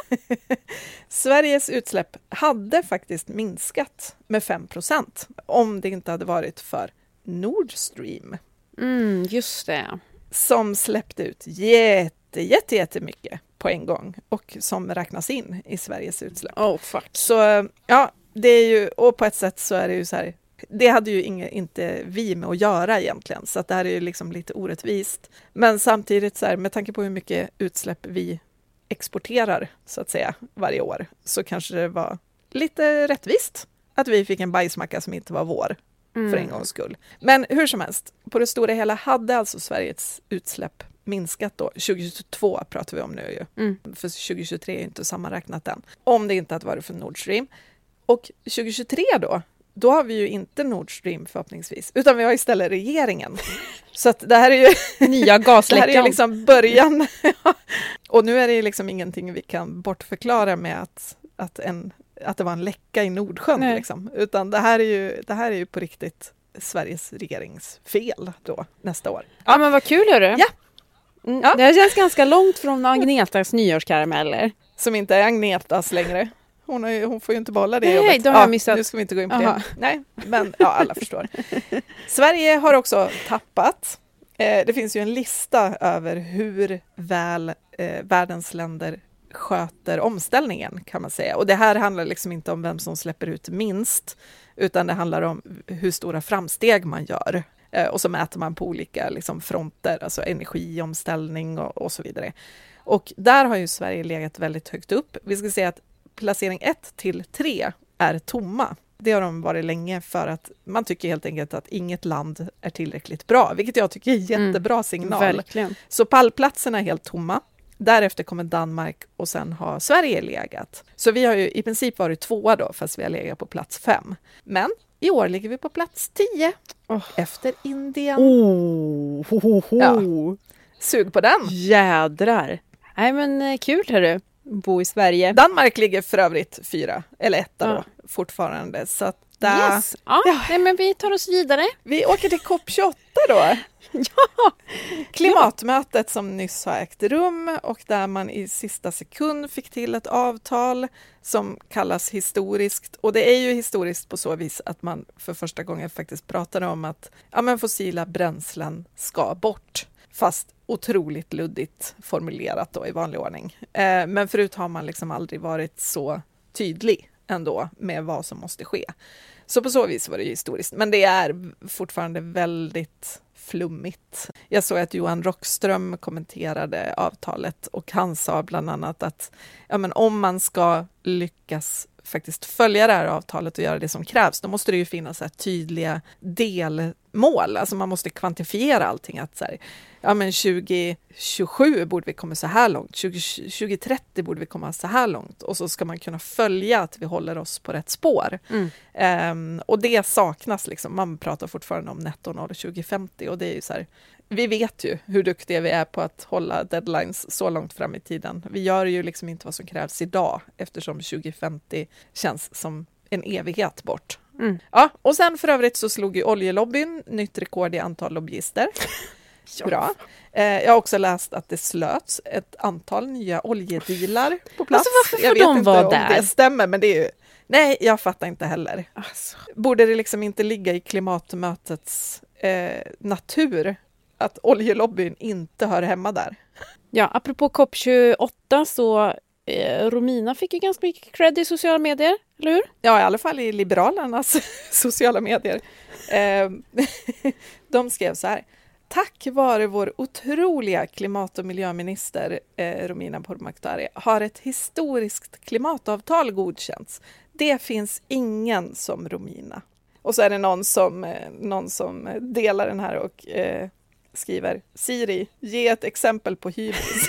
Sveriges utsläpp hade faktiskt minskat med fem procent om det inte hade varit för Nord Stream. Mm, just det. Som släppte ut jätte, jätte, jättemycket på en gång och som räknas in i Sveriges utsläpp. Oh, fuck. Så ja, det är ju, och på ett sätt så är det ju så här, det hade ju inga, inte vi med att göra egentligen, så att det här är ju liksom lite orättvist. Men samtidigt så här, med tanke på hur mycket utsläpp vi exporterar så att säga varje år, så kanske det var lite rättvist att vi fick en bajsmacka som inte var vår. Mm. För en gångs skull. Men hur som helst, på det stora hela hade alltså Sveriges utsläpp minskat då. tjugohundratjugotvå pratar vi om nu ju. Mm. För tjugohundratjugotre är inte sammanräknat än. Om det inte hade varit för Nord Stream. Och tjugohundratjugotre då, då har vi ju inte Nord Stream förhoppningsvis, utan vi har istället regeringen. Så att det här är ju nya gasläckan. Det här är liksom början. Och nu är det liksom ingenting vi kan bortförklara med att, att, en, att det var en läcka i Nordsjön. Liksom. Utan det här, är ju, det här är ju på riktigt Sveriges regeringsfel då nästa år. Ja, men vad kul, hörru. Ja. Mm, ja. Det här känns ganska långt från Agnetas nyårskarameller. Som inte är Agnetas längre. Hon, har, hon får ju inte behålla det jobbet. Nej, då har jag missat. Ja, nu ska vi inte gå in på Aha. det. Nej, men ja, alla förstår. Sverige har också tappat. Eh, det finns ju en lista över hur väl eh, världens länder sköter omställningen, kan man säga. Och det här handlar liksom inte om vem som släpper ut minst, utan det handlar om hur stora framsteg man gör. Eh, och så mäter man på olika liksom, fronter, alltså energiomställning och, och så vidare. Och där har ju Sverige legat väldigt högt upp. Vi ska säga att placering ett till tre är tomma. Det har de varit länge för att man tycker helt enkelt att inget land är tillräckligt bra, vilket jag tycker är jättebra mm, signal. Verkligen. Så pallplatserna är helt tomma. Därefter kommer Danmark och sen har Sverige legat. Så vi har ju i princip varit tvåa då, fast vi har legat på plats fem. Men i år ligger vi på plats tio oh. efter Indien. Oh, ho, ho, ho. Ja. Sug på den. Jädrar. Nej, men kul, hörru. Bo i Sverige. Danmark ligger för övrigt fyra, eller etta ja. då, fortfarande. Så att där, yes. ja. Ja. Nej, men vi tar oss vidare. Vi åker till C O P tjugoåtta då. ja. Klimatmötet som nyss har ägt rum och där man i sista sekund fick till ett avtal som kallas historiskt. Och det är ju historiskt på så vis att man för första gången faktiskt pratade om att ja, men fossila bränslen ska bort. Fast otroligt luddigt formulerat då i vanlig ordning. Eh, men förut har man liksom aldrig varit så tydlig ändå med vad som måste ske. Så på så vis var det ju historiskt. Men det är fortfarande väldigt flummigt. Jag såg att Johan Rockström kommenterade avtalet och han sa bland annat att ja, men om man ska lyckas faktiskt följa det här avtalet och göra det som krävs, då måste det ju finnas så här tydliga delmål. Alltså man måste kvantifiera allting. Att så här, ja men tjugo tjugosju borde vi komma så här långt, tjugo tjugo trettio borde vi komma så här långt och så ska man kunna följa att vi håller oss på rätt spår. Mm. Um, och det saknas liksom. Man pratar fortfarande om netto noll tjugo femtio och det är ju så här, vi vet ju hur duktiga vi är på att hålla deadlines så långt fram i tiden. Vi gör ju liksom inte vad som krävs idag eftersom tjugo femtio känns som en evighet bort. Mm. Ja, och sen för övrigt så slog ju oljelobbyn nytt rekord i antal lobbyister. Ja. Bra. Eh, jag har också läst att det slöts ett antal nya oljedealar på plats. Alltså varför får jag vet de inte vara om där? Det stämmer, men det är ju... Nej, jag fattar inte heller. Alltså. Borde det liksom inte ligga i klimatmötets eh, natur att oljelobbyn inte hör hemma där? Ja, apropå C O P tjugoåtta så eh, Romina fick ju ganska mycket cred i sociala medier, eller hur? Ja, i alla fall i Liberalernas sociala medier. Eh, de skrev så här: tack vare vår otroliga klimat- och miljöminister eh, Romina Pourmokhtari har ett historiskt klimatavtal godkänts. Det finns ingen som Romina. Och så är det någon som, eh, någon som delar den här och eh, skriver: Siri, ge ett exempel på hybris.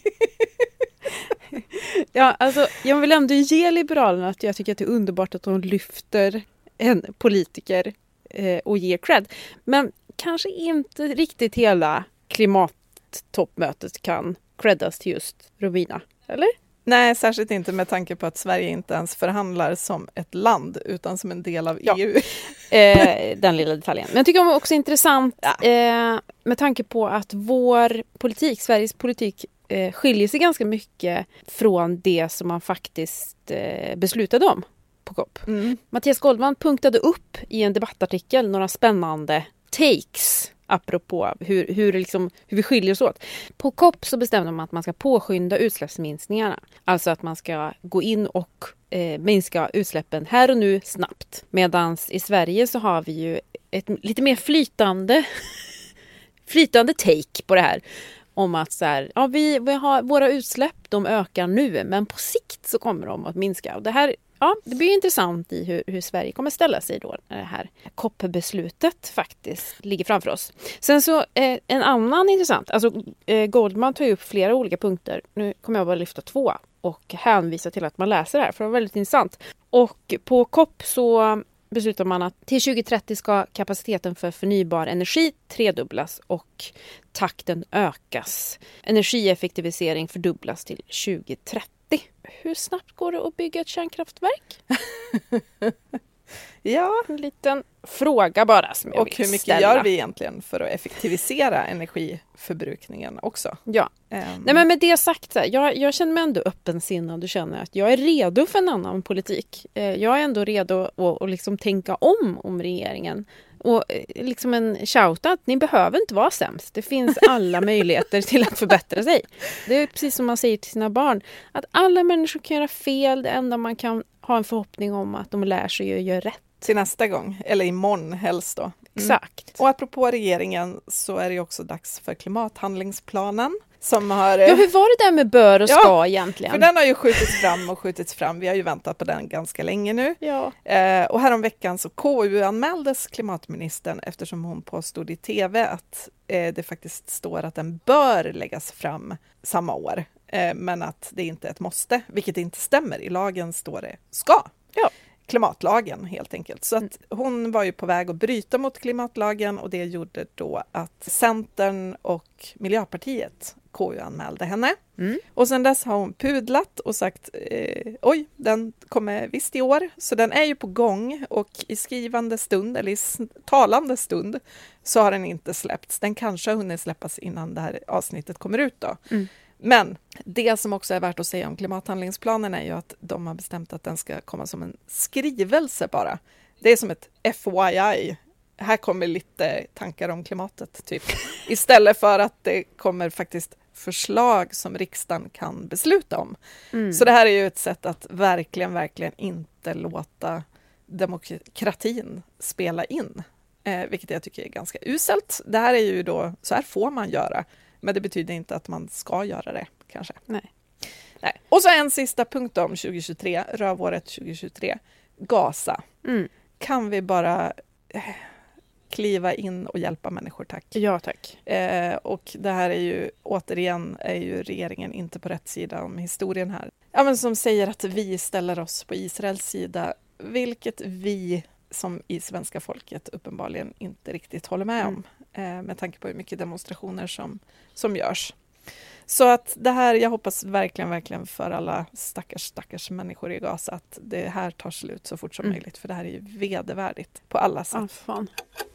Ja, alltså, jag vill ändå ge Liberalerna att jag tycker att det är underbart att de lyfter en politiker eh, och ger cred. Men kanske inte riktigt hela klimattoppmötet kan creddas till just Romina, eller? Nej, särskilt inte med tanke på att Sverige inte ens förhandlar som ett land utan som en del av ja. E U. eh, den lilla detaljen. Men jag tycker det också är intressant ja. eh, med tanke på att vår politik, Sveriges politik, eh, skiljer sig ganska mycket från det som man faktiskt eh, beslutade om på C O P. Mm. Mattias Goldman punktade upp i en debattartikel några spännande takes apropå hur, hur, liksom, hur vi skiljer oss åt. På C O P så bestämde man att man ska påskynda utsläppsminskningarna. Alltså att man ska gå in och eh, minska utsläppen här och nu snabbt. Medan i Sverige så har vi ju ett lite mer flytande, flytande take på det här. Om att så här, ja, vi, vi har, våra utsläpp de ökar nu men på sikt så kommer de att minska. Och det här ja, det blir intressant i hur, hur Sverige kommer ställa sig då när det här C O P-beslutet faktiskt ligger framför oss. Sen så eh, en annan intressant, alltså eh, Goldman tar ju upp flera olika punkter. Nu kommer jag bara lyfta två och hänvisa till att man läser det här, för det var väldigt intressant. Och på C O P så beslutar man att till tjugo trettio ska kapaciteten för förnybar energi tredubblas och takten ökas. Energieffektivisering fördubblas till tjugo trettio. Hur snabbt går det att bygga ett kärnkraftverk? Ja. En liten fråga bara som jag Och vill hur mycket ställa. gör vi egentligen för att effektivisera energiförbrukningen också? Ja. Um. Nej, men med det sagt, så här, jag, jag känner mig ändå öppensinnad och känner att jag är redo för en annan politik. Eh, jag är ändå redo att, att liksom tänka om om regeringen. Och eh, liksom en shoutout, ni behöver inte vara sämst. Det finns alla möjligheter till att förbättra sig. Det är precis som man säger till sina barn. Att alla människor kan göra fel. Det enda man kan ha en förhoppning om att de lär sig och gör rätt. Till nästa gång, eller imorgon helst då. Mm. Exakt. Och apropå regeringen så är det också dags för klimathandlingsplanen. Som har, ja, hur var det där med bör och ska ja, egentligen? För den har ju skjutits fram och skjutits fram. Vi har ju väntat på den ganska länge nu. Ja. Eh, och häromveckan så K U-anmäldes klimatministern eftersom hon påstod i tv att eh, det faktiskt står att den bör läggas fram samma år. Eh, men att det inte är ett måste, vilket inte stämmer. I lagen står det ska. Ja. Klimatlagen helt enkelt. Så att hon var ju på väg att bryta mot klimatlagen och det gjorde då att Centern och Miljöpartiet K U-anmälde henne. Mm. Och sen dess har hon pudlat och sagt eh, oj, den kommer visst i år. Så den är ju på gång och i skrivande stund eller i talande stund så har den inte släppts. Den kanske har hunnit släppas innan det här avsnittet kommer ut då. Mm. Men det som också är värt att säga om klimathandlingsplanen är ju att de har bestämt att den ska komma som en skrivelse bara. Det är som ett F Y I. Här kommer lite tankar om klimatet typ. Istället för att det kommer faktiskt förslag som riksdagen kan besluta om. Mm. Så det här är ju ett sätt att verkligen, verkligen inte låta demokratin spela in. Eh, vilket jag tycker är ganska uselt. Det här är ju då, så här får man göra. Men det betyder inte att man ska göra det, kanske. Nej. Nej. Och så en sista punkt om tjugo tjugotre, rövåret tjugo tjugotre. Gaza. Mm. Kan vi bara eh, kliva in och hjälpa människor, tack? Ja, tack. Eh, och det här är ju, återigen, är ju regeringen inte på rätt sida om historien här. Ja, men som säger att vi ställer oss på Israels sida, vilket vi som i svenska folket uppenbarligen inte riktigt håller med om. Mm. Med tanke på hur mycket demonstrationer som, som görs. Så att det här, jag hoppas verkligen, verkligen för alla stackars, stackars människor i Gaza att det här tar slut så fort som mm. möjligt. För det här är ju vedervärdigt på alla sätt. Ah, fan.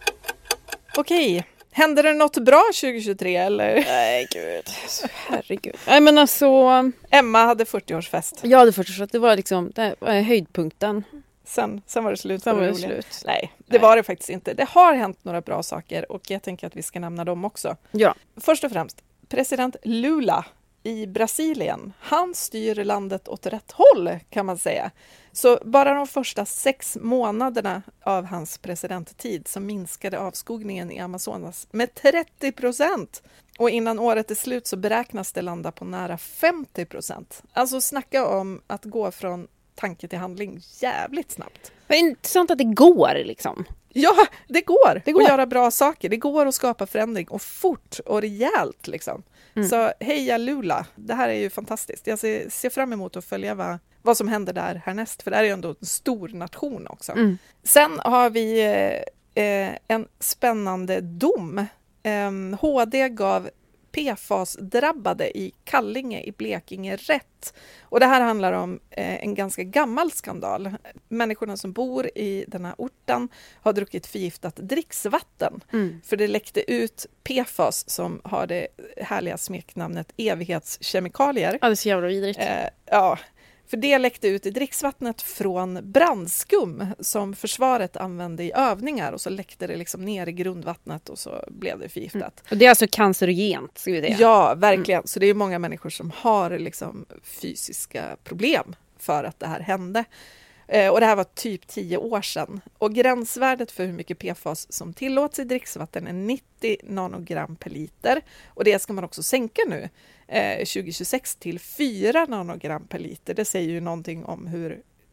Okej, händer det något bra tjugo tjugotre eller? Nej, gud. Herregud. Nej, men alltså... Emma hade fyrtioårsfest. Jag hade fyrtioårsfest. Det var liksom det var höjdpunkten. Sen, sen var det slut. Sen var det slut. Nej, det Nej. var det faktiskt inte. Det har hänt några bra saker och jag tänker att vi ska nämna dem också. Ja. Först och främst, president Lula i Brasilien. Han styr landet åt rätt håll kan man säga. Så bara de första sex månaderna av hans presidenttid så minskade avskogningen i Amazonas med trettio procent. Och innan året är slut så beräknas det landa på nära femtio procent. Alltså snacka om att gå från tanke till handling jävligt snabbt. Det är intressant att det går liksom. Ja, det går, det går att göra bra saker. Det går att skapa förändring och fort och rejält liksom. Mm. Så heja Lula, det här är ju fantastiskt. Jag ser, ser fram emot att följa vad, vad som händer där härnäst. För det här är ju ändå en stor nation också. Mm. Sen har vi eh, en spännande dom. Eh, H D gav P F A S-drabbade i Kallinge i Blekinge rätt. Och det här handlar om eh, en ganska gammal skandal. Människorna som bor i den här orten har druckit förgiftat dricksvatten. Mm. För det läckte ut P F A S som har det härliga smeknamnet evighetskemikalier. Ja, det är så jävla vidrigt. Eh, ja, för det läckte ut i dricksvattnet från brandskum som försvaret använde i övningar och så läckte det liksom ner i grundvattnet och så blev det förgiftat. Mm. Och det är alltså cancerogent, ska vi säga. Ja, verkligen. Mm. Så det är många människor som har liksom fysiska problem för att det här hände. Eh, och det här var typ tio år sedan. Och gränsvärdet för hur mycket P F A S som tillåts i dricksvatten är nittio nanogram per liter. Och det ska man också sänka nu eh, tjugo tjugosex till fyra nanogram per liter. Det säger ju någonting om hur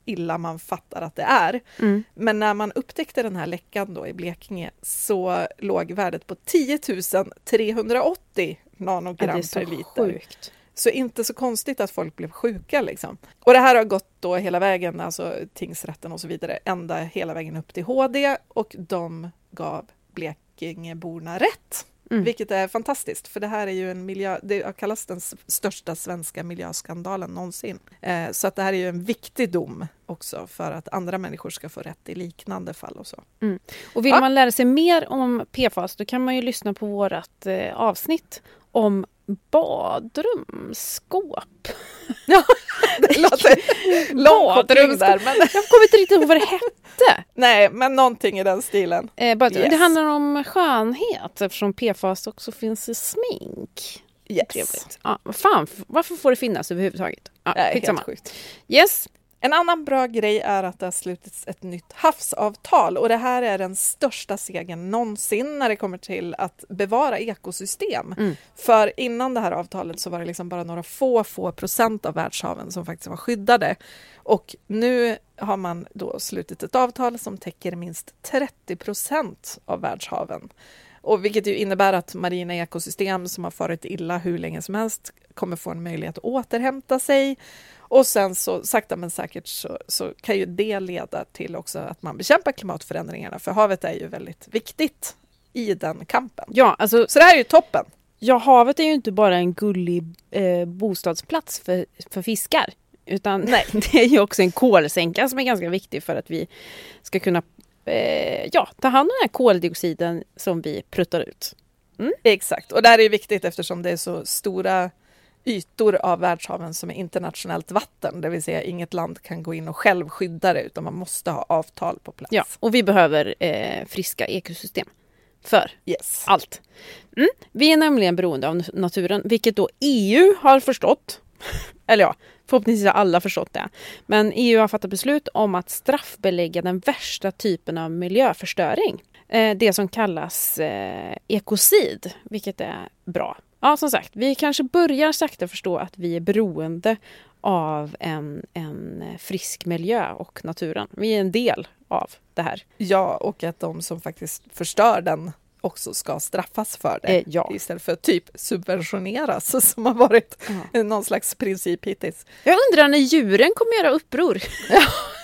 illa man fattar att det är. Mm. Men när man upptäckte den här läckan då i Blekinge så låg värdet på tio tusen trehundraåttio nanogram ja, per liter. Sjukt. Så inte så konstigt att folk blev sjuka liksom. Och det här har gått då hela vägen, alltså tingsrätten och så vidare, ända hela vägen upp till H D och de gav Blekingeborna rätt. Mm. Vilket är fantastiskt, för det här är ju en miljö, det kallas den största svenska miljöskandalen någonsin. Eh, så att det här är ju en viktig dom också för att andra människor ska få rätt i liknande fall och så. Mm. Och vill ja. man lära sig mer om P F A S, då kan man ju lyssna på vårat eh, avsnitt om badrumsskåp. Ja, det låter långt där, men jag kommer inte riktigt ihåg vad det hette. Nej, men någonting i den stilen. Eh, bara, yes. Det handlar om skönhet, eftersom P F A S också finns i smink. Yes. Trevligt. Ja, fan, varför får det finnas överhuvudtaget? Ja, det är helt sjukt. Yes. En annan bra grej är att det har slutits ett nytt havsavtal och det här är den största segern någonsin när det kommer till att bevara ekosystem. Mm. För innan det här avtalet så var det liksom bara några få, få procent av världshaven som faktiskt var skyddade. Och nu har man då slutit ett avtal som täcker minst trettio procent av världshaven. Och vilket ju innebär att marina ekosystem som har farit illa hur länge som helst kommer få en möjlighet att återhämta sig. Och sen så sakta men säkert så, så kan ju det leda till också att man bekämpar klimatförändringarna. För havet är ju väldigt viktigt i den kampen. Ja, alltså, så det här är ju toppen. Ja, havet är ju inte bara en gullig eh, bostadsplats för, för fiskar. Utan nej, det är ju också en kolsänka som är ganska viktig för att vi ska kunna eh, ja, ta hand om den här koldioxiden som vi pruttar ut. Mm. Exakt, och det här är viktigt eftersom det är så stora ytor av världshaven som är internationellt vatten, det vill säga inget land kan gå in och själv skydda det utan man måste ha avtal på plats. Ja, och vi behöver eh, friska ekosystem för yes. allt. Mm. Vi är nämligen beroende av naturen, vilket då E U har förstått. Eller ja, förhoppningsvis har alla förstått det. Men E U har fattat beslut om att straffbelägga den värsta typen av miljöförstöring. Eh, det som kallas eh, ekocid, vilket är bra. Ja, som sagt, vi kanske börjar sakta förstå att vi är beroende av en, en frisk miljö och naturen. Vi är en del av det här. Ja, och att de som faktiskt förstör den också ska straffas för det. Eh, ja. Istället för typ subventioneras som har varit ja. någon slags princip hittills. Jag undrar när djuren kommer göra uppror. Ja.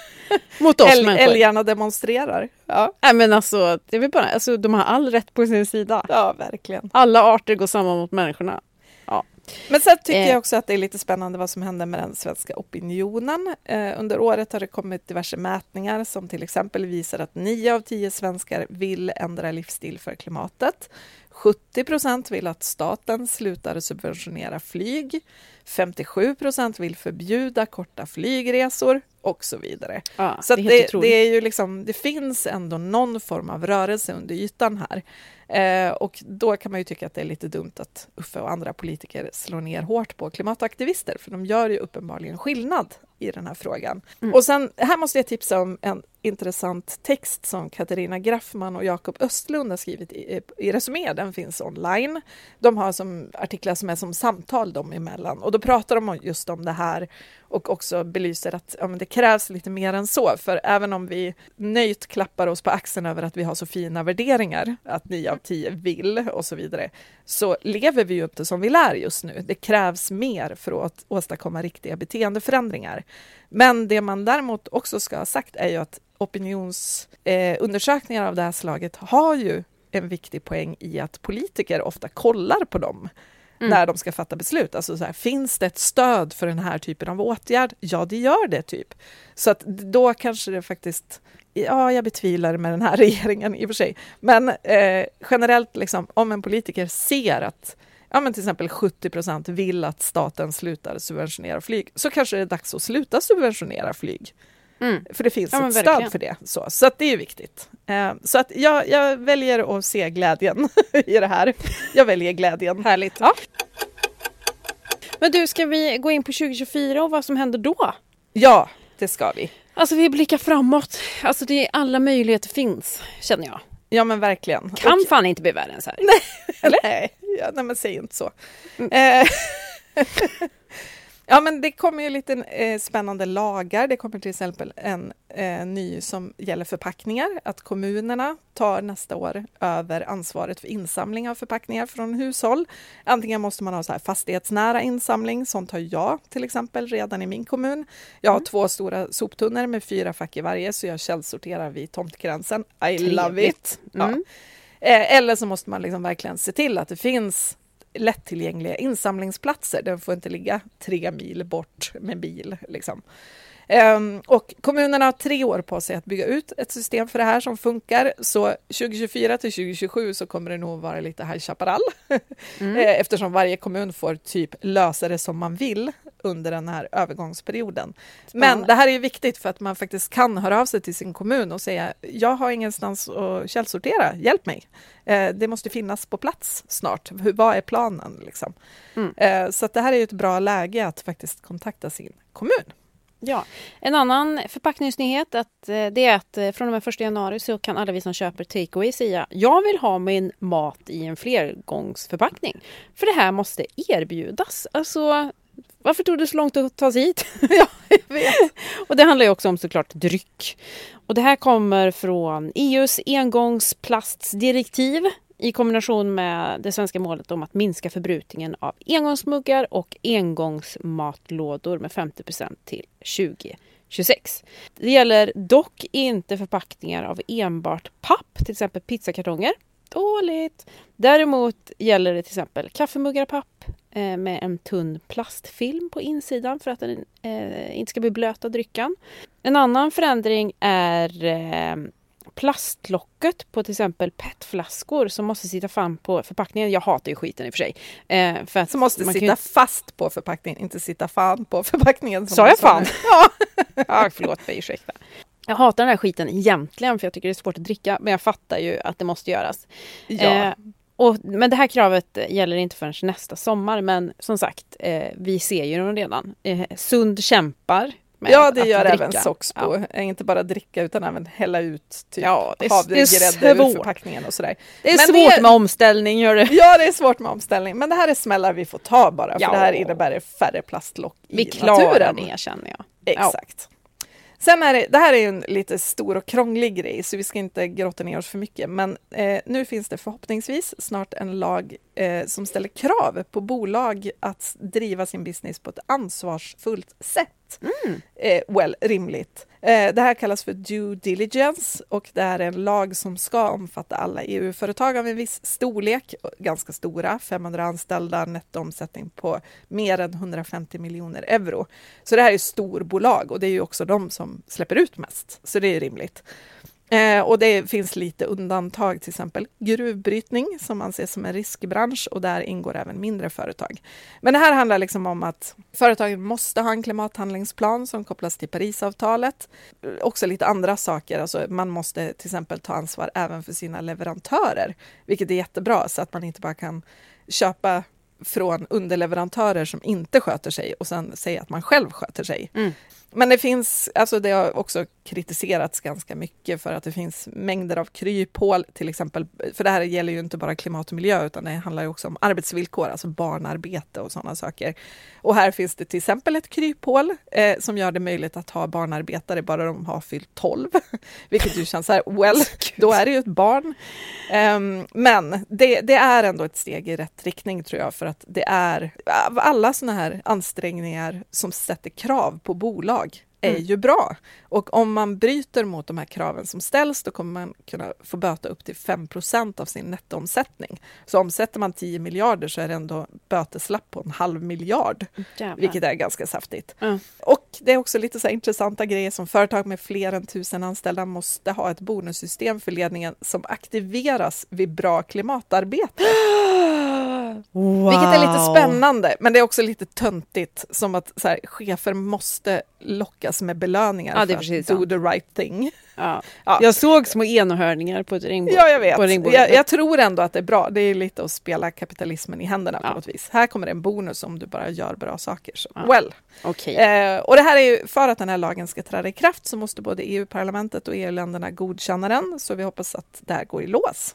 Mot oss Äl- människor. Älgarna demonstrerar. Ja. Nej, men alltså, det är bara, alltså, de har all rätt på sin sida. Ja, verkligen. Alla arter går samman mot människorna. Ja. Men sen tycker eh. jag också att det är lite spännande vad som händer med den svenska opinionen. Eh, under året har det kommit diverse mätningar som till exempel visar att nio av tio svenskar vill ändra livsstil för klimatet. sjuttio procent vill att staten slutar subventionera flyg. femtiosju procent vill förbjuda korta flygresor och så vidare. Ja, så det, är det, det är ju liksom, det finns ändå någon form av rörelse under ytan här. Eh, och då kan man ju tycka att det är lite dumt att Uffe och andra politiker slår ner hårt på klimataktivister, för de gör ju uppenbarligen skillnad i den här frågan. Mm. Och sen, här måste jag tipsa om en intressant text som Katarina Graffman och Jakob Östlund har skrivit i, i Resumé. Den finns online. De har som artiklar som är som samtal dem emellan. Och då pratar de just om det här och också belyser att ja, men det krävs lite mer än så. För även om vi nöjt klappar oss på axeln över att vi har så fina värderingar, att nio av tio vill och så vidare, så lever vi ju inte som vi lär just nu. Det krävs mer för att åstadkomma riktiga beteendeförändringar. Men det man däremot också ska ha sagt är ju att opinionsundersökningar eh, av det här slaget har ju en viktig poäng i att politiker ofta kollar på dem mm. när de ska fatta beslut. Alltså så här, finns det ett stöd för den här typen av åtgärd? Ja, det gör det typ. Så att då kanske det faktiskt, ja, jag betvivlar med den här regeringen i och för sig. Men eh, generellt, liksom, om en politiker ser att ja, men till exempel sjuttio procent vill att staten slutar subventionera flyg, så kanske det är dags att sluta subventionera flyg. Mm. För det finns ja, ett verkligen. stöd för det. Så, så att det är viktigt. Eh, så att jag, jag väljer att se glädjen i det här. Jag väljer glädjen. Härligt. Ja. Men du, ska vi gå in på tjugo tjugofyra och vad som händer då? Ja, det ska vi. Alltså vi blickar framåt. Alltså det är alla möjligheter finns, känner jag. Ja, men verkligen. Kan och... fan inte bli värre än så här. Nej, eller? Nej, ja, nej men säg inte så. Mm. Eh, Ja, men det kommer ju lite eh, spännande lagar. Det kommer till exempel en eh, ny som gäller förpackningar. Att kommunerna tar nästa år över ansvaret för insamling av förpackningar från hushåll. Antingen måste man ha så här fastighetsnära insamling. Sånt har jag till exempel redan i min kommun. Jag har mm. två stora soptunnor med fyra fack i varje, så jag källsorterar vid tomtgränsen. I Trevligt. love it! Mm. Ja. Eh, eller så måste man liksom verkligen se till att det finns lättillgängliga insamlingsplatser. Den får inte ligga tre mil bort med bil. Liksom. Um, och kommunerna har tre år på sig att bygga ut ett system för det här som funkar. Så tjugohundratjugofyra till tjugohundratjugosju så kommer det nog vara lite High Chaparral. Mm. Eftersom varje kommun får typ lösa det som man vill under den här övergångsperioden. Spännande. Men det här är ju viktigt för att man faktiskt kan höra av sig till sin kommun och säga, jag har ingenstans att källsortera, hjälp mig. Eh, det måste finnas på plats snart. Hur, vad är planen? Liksom? Mm. Eh, så att det här är ju ett bra läge att faktiskt kontakta sin kommun. Ja, en annan förpackningsnyhet att, det är att från och med första januari så kan alla vi som köper takeaway säga jag vill ha min mat i en flergångsförpackning. För det här måste erbjudas. Alltså, varför tog det så långt att ta sig hit? Ja, jag vet. Och det handlar ju också om såklart dryck. Och det här kommer från E U:s engångsplastdirektiv i kombination med det svenska målet om att minska förbrukningen av engångsmuggar och engångsmatlådor med femtio procent till tjugo tjugosex. Det gäller dock inte förpackningar av enbart papp, till exempel pizzakartonger. Dåligt. Däremot gäller det till exempel kaffemuggar papp eh, med en tunn plastfilm på insidan för att den eh, inte ska bli blöt av drycken. En annan förändring är eh, plastlocket på till exempel petflaskor som måste sitta fan på förpackningen. Jag hatar ju skiten i och för sig. Eh, för att som måste man sitta kan... fast på förpackningen, inte sitta fan på förpackningen. Sa jag fan? Ja. Ja, förlåt mig, ursäkta. Jag hatar den här skiten egentligen för jag tycker det är svårt att dricka, men jag fattar ju att det måste göras. Ja. Eh, och, men det här kravet gäller inte förrän nästa sommar, men som sagt, eh, vi ser ju dem redan. Eh, Sund kämpar. Ja, det gör dricka. även Soxbo. Ja. Inte bara dricka utan även hälla ut typ ja, havregrädde ur förpackningen och sådär. Det är men svårt det är... med omställning, gör det. Ja, det är svårt med omställning. Men det här är smällar vi får ta bara. För ja. det här innebär färre plastlock i vi naturen. Vi klarar det, känner jag. Exakt. Ja. Sen är det, det här är ju en lite stor och krånglig grej så vi ska inte grotta ner oss för mycket. Men eh, nu finns det förhoppningsvis snart en lag eh, som ställer krav på bolag att driva sin business på ett ansvarsfullt sätt. Mm. Eh, well, rimligt. Eh, det här kallas för due diligence och det är en lag som ska omfatta alla E U-företag av en viss storlek, ganska stora, femhundra anställda, nettoomsättning på mer än hundrafemtio miljoner euro. Så det här är storbolag och det är ju också de som släpper ut mest, så det är rimligt. Eh, och det finns lite undantag, till exempel gruvbrytning som anses som en riskbransch och där ingår även mindre företag. Men det här handlar liksom om att företagen måste ha en klimathandlingsplan som kopplas till Parisavtalet. Också lite andra saker, alltså man måste till exempel ta ansvar även för sina leverantörer, vilket är jättebra så att man inte bara kan köpa från underleverantörer som inte sköter sig och sen säga att man själv sköter sig. Mm. Men det finns, alltså det har också kritiserats ganska mycket för att det finns mängder av kryphål till exempel, för det här gäller ju inte bara klimat och miljö utan det handlar ju också om arbetsvillkor, alltså barnarbete och sådana saker. Och här finns det till exempel ett kryphål eh, som gör det möjligt att ha barnarbetare bara de har fyllt tolv, vilket ju känns så här, well, då är det ju ett barn. Um, men det, det är ändå ett steg i rätt riktning tror jag, för att det är alla såna här ansträngningar som sätter krav på bolag är mm. ju bra. Och om man bryter mot de här kraven som ställs då kommer man kunna få böta upp till fem procent av sin nettoomsättning. Så omsätter man tio miljarder så är det ändå böteslapp på en halv miljard. Jävlar. Vilket är ganska saftigt. Mm. Och det är också lite så här intressanta grejer som företag med fler än tusen anställda måste ha ett bonussystem för ledningen som aktiveras vid bra klimatarbete. Wow. Vilket är lite spännande, men det är också lite töntigt som att så här, chefer måste lockas med belöningar ja, det är för att do the right thing. Ja. Ja. Jag såg små enhörningar på ett ringbord. Ja, jag vet. Jag, jag tror ändå att det är bra. Det är lite att spela kapitalismen i händerna ja. på något vis. Här kommer det en bonus om du bara gör bra saker. Så. Ja. Well. Okay. Eh, och det här är ju, för att den här lagen ska träda i kraft så måste både E U-parlamentet och E U-länderna godkänna den. Så vi hoppas att det här går i lås.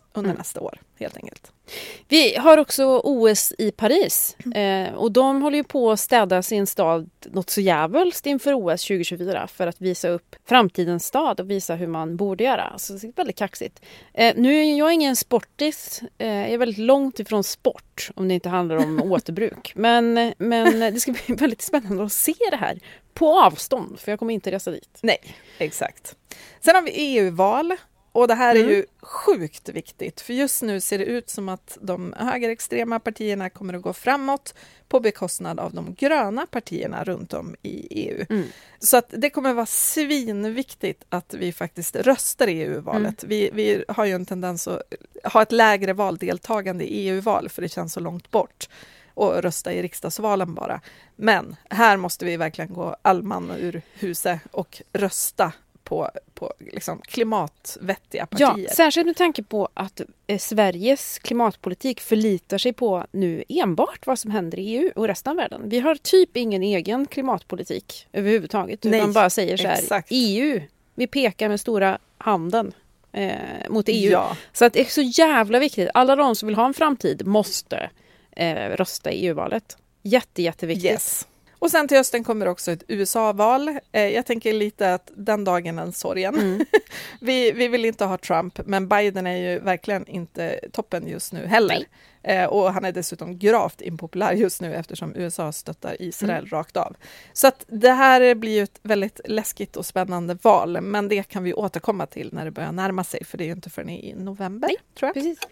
under mm. nästa år, helt enkelt. Vi har också O S i Paris eh, och de håller ju på att städa sin stad något så jävligt inför O S tjugo tjugofyra för att visa upp framtidens stad och visa hur man borde göra. Så det är väldigt kaxigt. Eh, nu är jag ingen sportis, eh, jag är väldigt långt ifrån sport om det inte handlar om återbruk. Men, men det ska bli väldigt spännande att se det här på avstånd, för jag kommer inte resa dit. Nej, exakt. Sen har vi E U-val. Och det här är Mm. ju sjukt viktigt, för just nu ser det ut som att de högerextrema partierna kommer att gå framåt på bekostnad av de gröna partierna runt om i E U. Mm. Så att det kommer vara svinviktigt att vi faktiskt röstar i E U-valet. Mm. Vi, vi har ju en tendens att ha ett lägre valdeltagande i E U-val, för det känns så långt bort, och rösta i riksdagsvalen bara. Men här måste vi verkligen gå allman ur huset och rösta på, på liksom klimatvettiga partier. Ja, särskilt med tanke på att eh, Sveriges klimatpolitik förlitar sig på nu enbart vad som händer i E U och resten av världen. Vi har typ ingen egen klimatpolitik överhuvudtaget. Nej, utan bara säger så här, exakt. E U, vi pekar med stora handen eh, mot E U. Ja. Så att det är så jävla viktigt. Alla de som vill ha en framtid måste eh, rösta i E U-valet. Jätte, jätteviktigt. Yes. Och sen till hösten kommer också ett U S A-val. Eh, jag tänker lite att den dagen är en sorgen. Mm. vi, vi vill inte ha Trump, men Biden är ju verkligen inte toppen just nu heller. Eh, och han är dessutom gravt impopulär just nu eftersom U S A stöttar Israel mm. rakt av. Så att det här blir ju ett väldigt läskigt och spännande val, men det kan vi återkomma till när det börjar närma sig, för det är ju inte förrän i november, Nej, tror jag. Precis.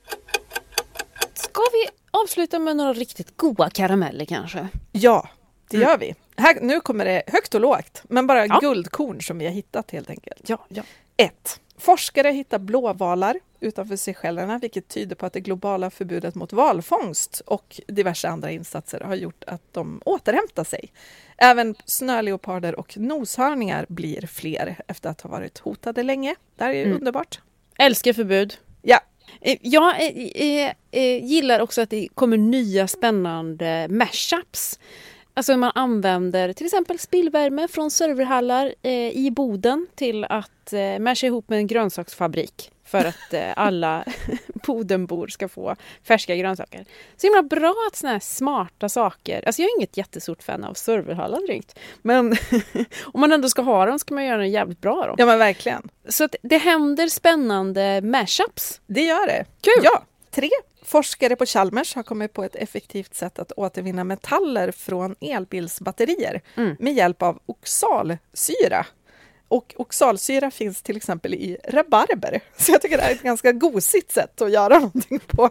Ska vi avsluta med några riktigt goda karameller kanske? Ja. Det gör mm. vi. Här, nu kommer det högt och lågt, men bara ja. guldkorn som vi har hittat helt enkelt. Ja, ja. ett. Forskare hittar blåvalar utanför Seychellerna, vilket tyder på att det globala förbudet mot valfångst och diverse andra insatser har gjort att de återhämtar sig. Även snöleoparder och noshörningar blir fler efter att ha varit hotade länge. Det här är mm. underbart. Älskar förbud. Ja. Jag eh, eh, gillar också att det kommer nya spännande mashups. Alltså man använder till exempel spillvärme från serverhallar eh, i Boden till att eh, masha ihop med en grönsaksfabrik för att eh, alla Bodenbor ska få färska grönsaker. Så himla bra att såna här smarta saker, alltså jag är inget jättestort fan av serverhallar direkt, men om man ändå ska ha dem ska man göra den jävligt bra då. Ja men verkligen. Så att det händer spännande mashups. Det gör det. Kul! Ja, tre. Forskare på Chalmers har kommit på ett effektivt sätt att återvinna metaller från elbilsbatterier mm. med hjälp av oxalsyra. Och oxalsyra finns till exempel i rabarber. Så jag tycker det är ett ganska gosigt sätt att göra någonting på.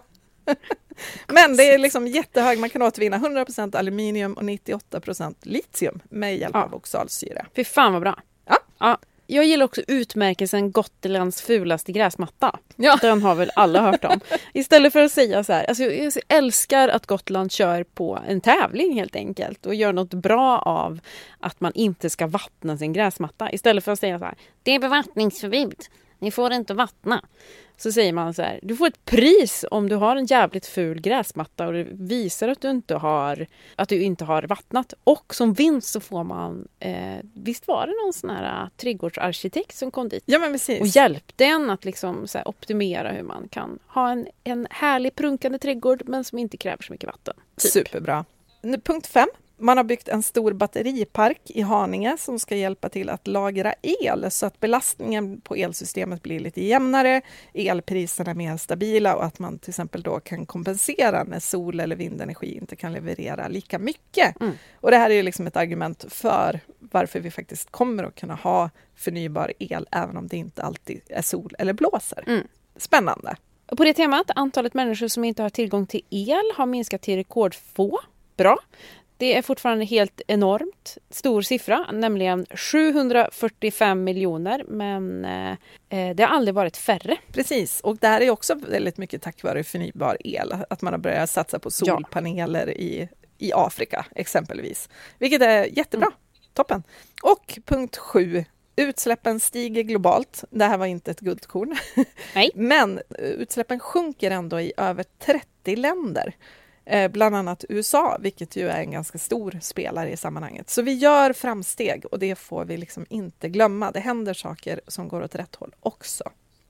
Men det är liksom jättehög. Man kan återvinna hundra procent aluminium och nittioåtta procent litium med hjälp ja. av oxalsyra. Fy fan vad bra. Ja. Ja. Jag gillar också utmärkelsen Gotlands fulaste gräsmatta. Ja. Den har väl alla hört om. Istället för att säga så här, alltså jag älskar att Gotland kör på en tävling helt enkelt och gör något bra av att man inte ska vattna sin gräsmatta. Istället för att säga så här, det är bevattningsförbud, ni får inte vattna. Så säger man så här, du får ett pris om du har en jävligt ful gräsmatta och det visar att du inte har, att du inte har vattnat. Och som vinst så får man, eh, visst var det någon sån här uh, trädgårdsarkitekt som kom dit ja, men precis. och hjälpte en att liksom, så här, optimera hur man kan ha en, en härlig prunkande trädgård men som inte kräver så mycket vatten. Typ. Superbra. Punkt fem. Man har byggt en stor batteripark i Haninge som ska hjälpa till att lagra el så att belastningen på elsystemet blir lite jämnare, elpriserna är mer stabila och att man till exempel då kan kompensera när sol- eller vindenergi inte kan leverera lika mycket. Mm. Och det här är ju liksom ett argument för varför vi faktiskt kommer att kunna ha förnybar el även om det inte alltid är sol eller blåser. Mm. Spännande. Och på det temat, antalet människor som inte har tillgång till el har minskat till rekordfå. Bra. Det är fortfarande helt enormt stor siffra, nämligen sjuhundrafyrtiofem miljoner, men eh, det har aldrig varit färre. Precis, och det här är också väldigt mycket tack vare förnybar el, att man har börjat satsa på solpaneler ja. i, i Afrika exempelvis, vilket är jättebra, mm. toppen. Och punkt sju, utsläppen stiger globalt, det här var inte ett guldkorn, Nej. men utsläppen sjunker ändå i över trettio länder. Eh, bland annat U S A, vilket ju är en ganska stor spelare i sammanhanget. Så vi gör framsteg och det får vi liksom inte glömma. Det händer saker som går åt rätt håll också.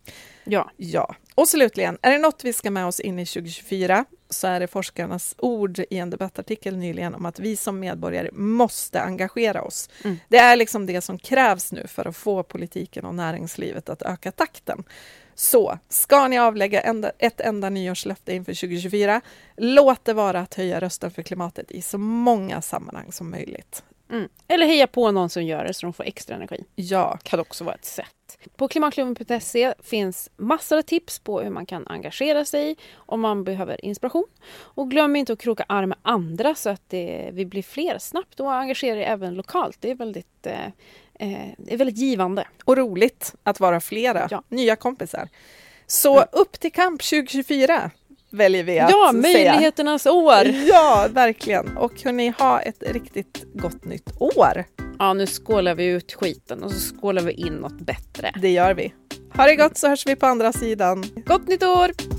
Ja. Ja. Och slutligen, är det något vi ska med oss in i tjugo tjugofyra så är det forskarnas ord i en debattartikel nyligen om att vi som medborgare måste engagera oss. Mm. Det är liksom det som krävs nu för att få politiken och näringslivet att öka takten. Så ska ni avlägga enda, ett enda nyårslöfte inför tjugo tjugofyra, låt det vara att höja rösten för klimatet i så många sammanhang som möjligt. Mm. Eller heja på någon som gör det så de får extra energi. Ja. Kan också vara ett sätt. På klimatklubben punkt se finns massor av tips på hur man kan engagera sig om man behöver inspiration. Och glöm inte att kroka arm med andra så att det, vi blir fler snabbt och engagera er även lokalt. Det är väldigt, eh, eh, det är väldigt givande. Och roligt att vara flera ja. nya kompisar. Så mm. upp till kamp tjugo tjugofyra väljer vi att Ja, säga. möjligheternas år! Ja, verkligen. Och hörni, ha ett riktigt gott nytt år. Ja, nu skålar vi ut skiten och så skålar vi in något bättre. Det gör vi. Ha det gott så hörs vi på andra sidan. Gott nytt år!